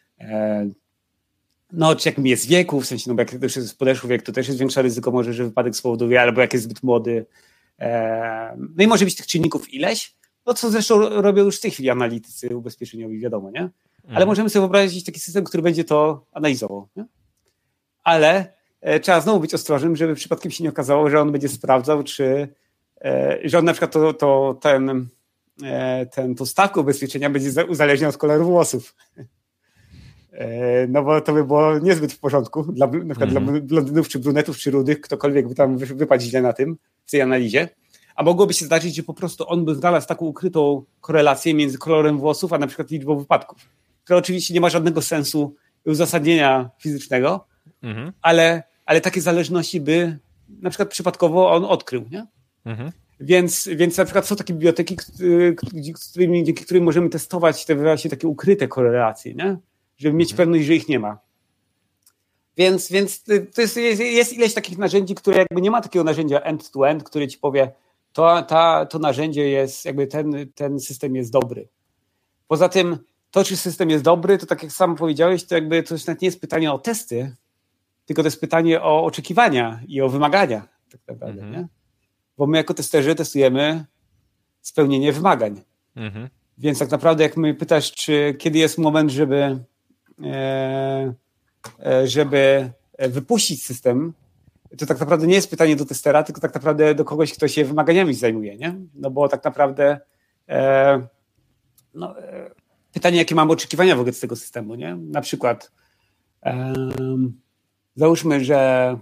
no czy jakim jest wieku, w sensie, no bo jak też jest podeszły wiek, to też jest większe ryzyko może, że wypadek spowoduje, albo jak jest zbyt młody. No i może być tych czynników ileś, no co zresztą robią już w tej chwili analitycy ubezpieczeniowi, wiadomo, nie? Ale możemy sobie wyobrazić taki system, który będzie to analizował, nie? Ale trzeba znowu być ostrożnym, żeby przypadkiem się nie okazało, że on będzie sprawdzał, że on na przykład tą stawkę ubezpieczenia będzie uzależniał od koloru włosów. No bo to by było niezbyt w porządku, na przykład dla blondynów, czy brunetów, czy rudych, ktokolwiek by tam wypadł źle na tym, w tej analizie. A mogłoby się zdarzyć, że po prostu on by znalazł taką ukrytą korelację między kolorem włosów, a na przykład liczbą wypadków, która oczywiście nie ma żadnego sensu i uzasadnienia fizycznego, ale takie zależności by na przykład przypadkowo on odkrył, nie? Więc na przykład są takie biblioteki, dzięki którym możemy testować te właśnie takie ukryte korelacje, nie? Żeby mieć pewność, że ich nie ma. Więc to jest ileś takich narzędzi, które jakby nie ma takiego narzędzia end-to-end, które ci powie, to narzędzie jest, jakby ten system jest dobry. Poza tym, to czy system jest dobry, to tak jak sam powiedziałeś, to jakby to nawet nie jest pytanie o testy, tylko to jest pytanie o oczekiwania i o wymagania tak naprawdę, nie? Bo my jako testerzy testujemy spełnienie wymagań. Więc tak naprawdę jak mnie pytasz, kiedy jest moment, żeby wypuścić system, to tak naprawdę nie jest pytanie do testera, tylko tak naprawdę do kogoś, kto się wymaganiami zajmuje, nie? No bo tak naprawdę pytanie, jakie mamy oczekiwania wobec tego systemu, nie? Na przykład załóżmy, że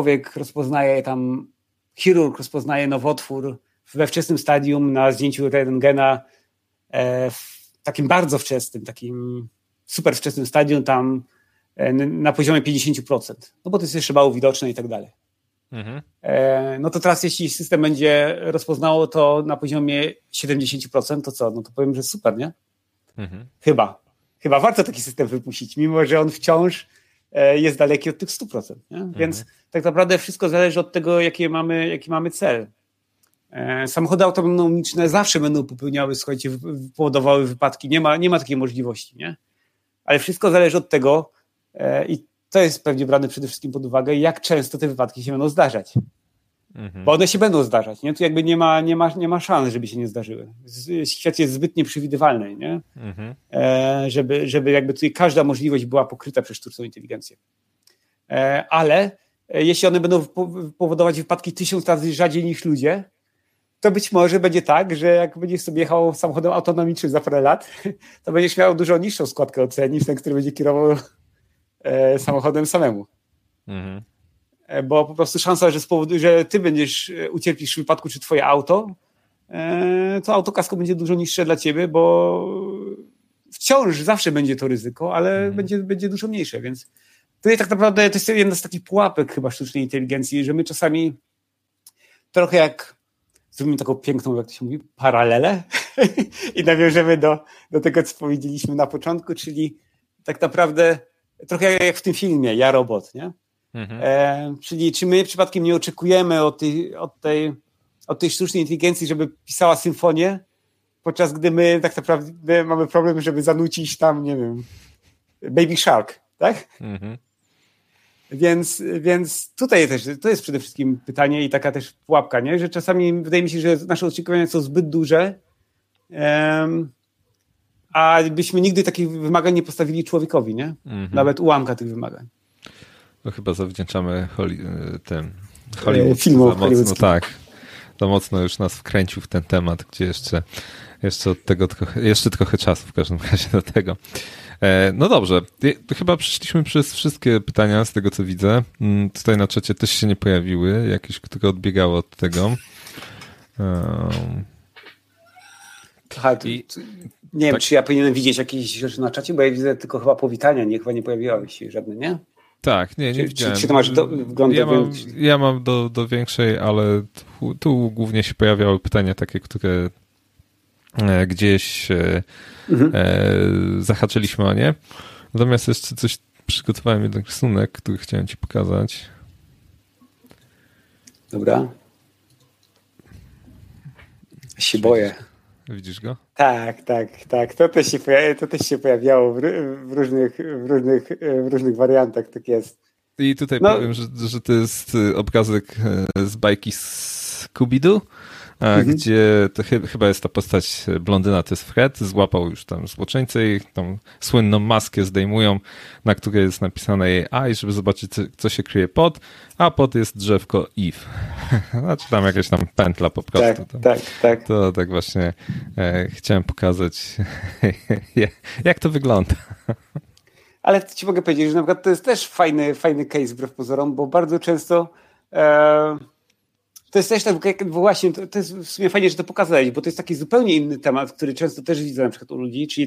chirurg rozpoznaje nowotwór we wczesnym stadium na zdjęciu rentgena, w takim bardzo wczesnym, takim super wczesnym stadium, tam na poziomie 50%. No bo to jest jeszcze mało widoczne i tak dalej. No to teraz jeśli system będzie rozpoznało to na poziomie 70%, to co? No to powiem, że super, nie? Chyba warto taki system wypuścić, mimo że on wciąż jest daleki od tych 100%. Nie? Więc tak naprawdę wszystko zależy od tego, jaki mamy cel. Samochody autonomiczne zawsze będą popełniały, słuchajcie, powodowały wypadki. Nie ma takiej możliwości, nie? Ale wszystko zależy od tego i to jest pewnie brane przede wszystkim pod uwagę, jak często te wypadki się będą zdarzać. Bo one się będą zdarzać, nie? Tu jakby nie ma szans, żeby się nie zdarzyły. Świat jest zbyt nieprzewidywalny, nie? Żeby jakby tutaj każda możliwość była pokryta przez sztuczną inteligencję. Ale jeśli one będą powodować wypadki 1000 razy rzadziej niż ludzie, to być może będzie tak, że jak będziesz sobie jechał samochodem autonomicznym za parę lat, to będziesz miał dużo niższą składkę OC niż ten, który będzie kierował samochodem samemu. Bo po prostu szansa, że ty ucierpisz w wypadku, czy twoje auto, to autokasko będzie dużo niższe dla ciebie, bo wciąż zawsze będzie to ryzyko, ale będzie dużo mniejsze, więc tutaj tak naprawdę to jest jedna z takich pułapek chyba sztucznej inteligencji, że my czasami trochę jak zrobimy taką piękną, jak to się mówi, paralelę i nawiążemy do tego, co powiedzieliśmy na początku, czyli tak naprawdę trochę jak w tym filmie Ja, Robot, nie? Czyli czy my przypadkiem nie oczekujemy od tej sztucznej inteligencji, żeby pisała symfonię, podczas gdy my tak naprawdę mamy problem, żeby zanucić tam, nie wiem, Baby Shark, tak? Więc tutaj też to jest przede wszystkim pytanie i taka też pułapka, nie? Że czasami wydaje mi się, że nasze oczekiwania są zbyt duże, a byśmy nigdy takich wymagań nie postawili człowiekowi, nie? Nawet ułamka tych wymagań. No chyba zawdzięczamy Hollywood filmu mocno, tak. To mocno już nas wkręcił w ten temat, gdzie jeszcze od tego jeszcze trochę czasu w każdym razie do tego. No dobrze, chyba przeszliśmy przez wszystkie pytania z tego, co widzę. Tutaj na czacie też się nie pojawiły, jakieś, które odbiegały od tego. Nie wiem, czy ja powinienem widzieć jakieś rzeczy na czacie, bo ja widzę tylko chyba powitania, chyba nie pojawiły się żadne, nie? Tak, nie widziałem. Czy to masz wgląd ja mam do większej, ale tu głównie się pojawiały pytania takie, które gdzieś zahaczyliśmy o nie. Natomiast jeszcze coś przygotowałem, jeden rysunek, który chciałem ci pokazać. Dobra. Się boję. Widzisz go? Tak. To też się pojawiało w różnych wariantach, tak jest. I tutaj powiem, że to jest obrazek z bajki Scooby-Doo, gdzie to chyba jest ta postać blondyna, to jest Fred, złapał już tam złoczyńcę i tą słynną maskę zdejmują, na której jest napisane jej AI, żeby zobaczyć, co się kryje pod, a pod jest drzewko Eve. Znaczy tam jakaś tam pętla po prostu. Tak. To tak właśnie chciałem pokazać, jak to wygląda. Ale ci mogę powiedzieć, że na przykład to jest też fajny case wbrew pozorom, bo bardzo często to jest też tak, właśnie, to jest w sumie fajnie, że to pokazałeś, bo to jest taki zupełnie inny temat, który często też widzę na przykład u ludzi, czyli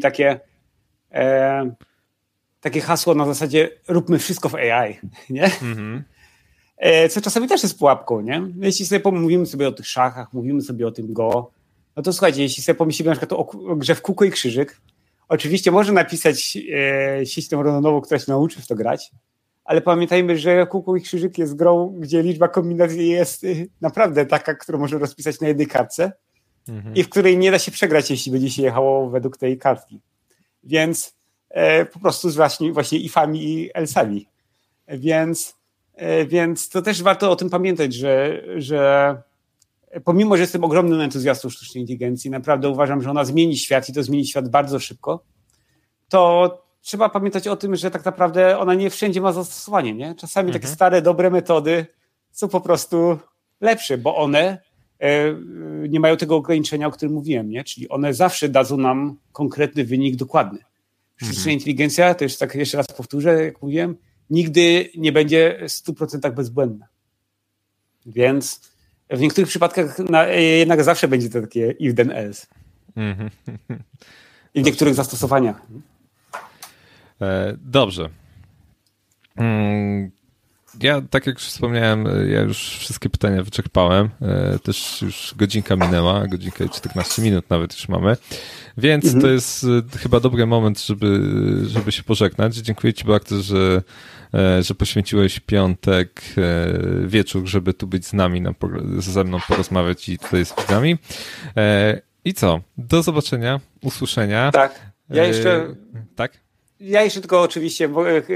takie hasło na zasadzie róbmy wszystko w AI, nie? Co czasami też jest pułapką, nie? Jeśli sobie mówimy sobie o tych szachach, mówimy sobie o tym Go, no to słuchajcie, jeśli sobie pomyślimy na przykład o grze w kółko i krzyżyk, oczywiście może napisać sieć neuronową, która się nauczy w to grać, ale pamiętajmy, że kółko i krzyżyk jest grą, gdzie liczba kombinacji jest naprawdę taka, którą można rozpisać na jednej kartce i w której nie da się przegrać, jeśli będzie się jechało według tej kartki. Więc po prostu z właśnie ifami i elsami. Więc to też warto o tym pamiętać, że pomimo, że jestem ogromnym entuzjastą sztucznej inteligencji, naprawdę uważam, że ona zmieni świat i to zmieni świat bardzo szybko, to trzeba pamiętać o tym, że tak naprawdę ona nie wszędzie ma zastosowanie, nie? Czasami takie stare, dobre metody są po prostu lepsze, bo one nie mają tego ograniczenia, o którym mówiłem, nie? Czyli one zawsze dadzą nam konkretny wynik dokładny. Sztuczna inteligencja, to już tak jeszcze raz powtórzę, jak mówiłem, nigdy nie będzie w 100% bezbłędna. Więc w niektórych przypadkach jednak zawsze będzie to takie if then else. I w niektórych zastosowaniach. Dobrze. Ja, tak jak już wspomniałem, ja już wszystkie pytania wyczerpałem. Też już godzinka minęła, godzinka i 14 minut nawet już mamy. Więc to jest chyba dobry moment, żeby się pożegnać. Dziękuję ci bardzo, że poświęciłeś piątek wieczór, żeby tu być z nami, ze mną porozmawiać i tutaj z widzami. I co? Do zobaczenia, usłyszenia. Tak. Tak? Ja jeszcze tylko oczywiście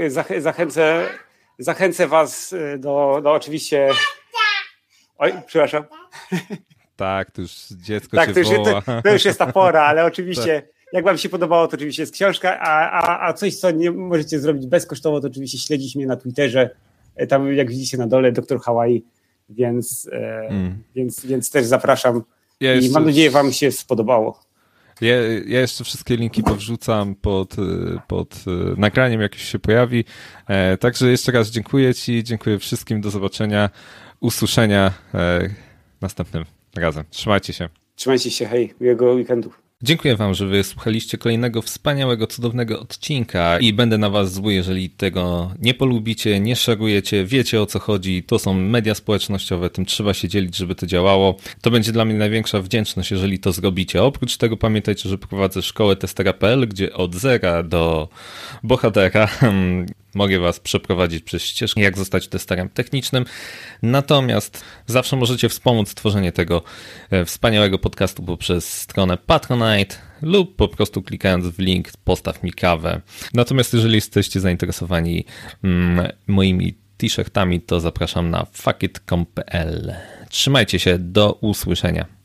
zachęcę was do oczywiście... Oj, przepraszam. Tak, to już dziecko tak, cię woła. To już jest ta pora, ale oczywiście jak wam się podobało, to oczywiście jest książka, a coś, co nie możecie zrobić bezkosztowo, to oczywiście śledzić mnie na Twitterze. Tam, jak widzicie na dole, Dr. Hawaii, więc też zapraszam. I mam nadzieję, wam się spodobało. Ja jeszcze wszystkie linki powrzucam pod nagraniem, jak już się pojawi. Także jeszcze raz dziękuję ci, dziękuję wszystkim, do zobaczenia, usłyszenia następnym razem. Trzymajcie się. Trzymajcie się, hej, miłego weekendu. Dziękuję wam, że wysłuchaliście kolejnego wspaniałego, cudownego odcinka i będę na was zły, jeżeli tego nie polubicie, nie szerujecie, wiecie o co chodzi, to są media społecznościowe, tym trzeba się dzielić, żeby to działało. To będzie dla mnie największa wdzięczność, jeżeli to zrobicie. Oprócz tego pamiętajcie, że prowadzę szkołę testera.pl, gdzie od zera do bohatera mogę was przeprowadzić przez ścieżkę, jak zostać testerem technicznym. Natomiast zawsze możecie wspomóc tworzenie tego wspaniałego podcastu poprzez stronę Patronite lub po prostu klikając w link postaw mi kawę. Natomiast jeżeli jesteście zainteresowani moimi t-shirtami, to zapraszam na fuckit.com.pl. Trzymajcie się, do usłyszenia.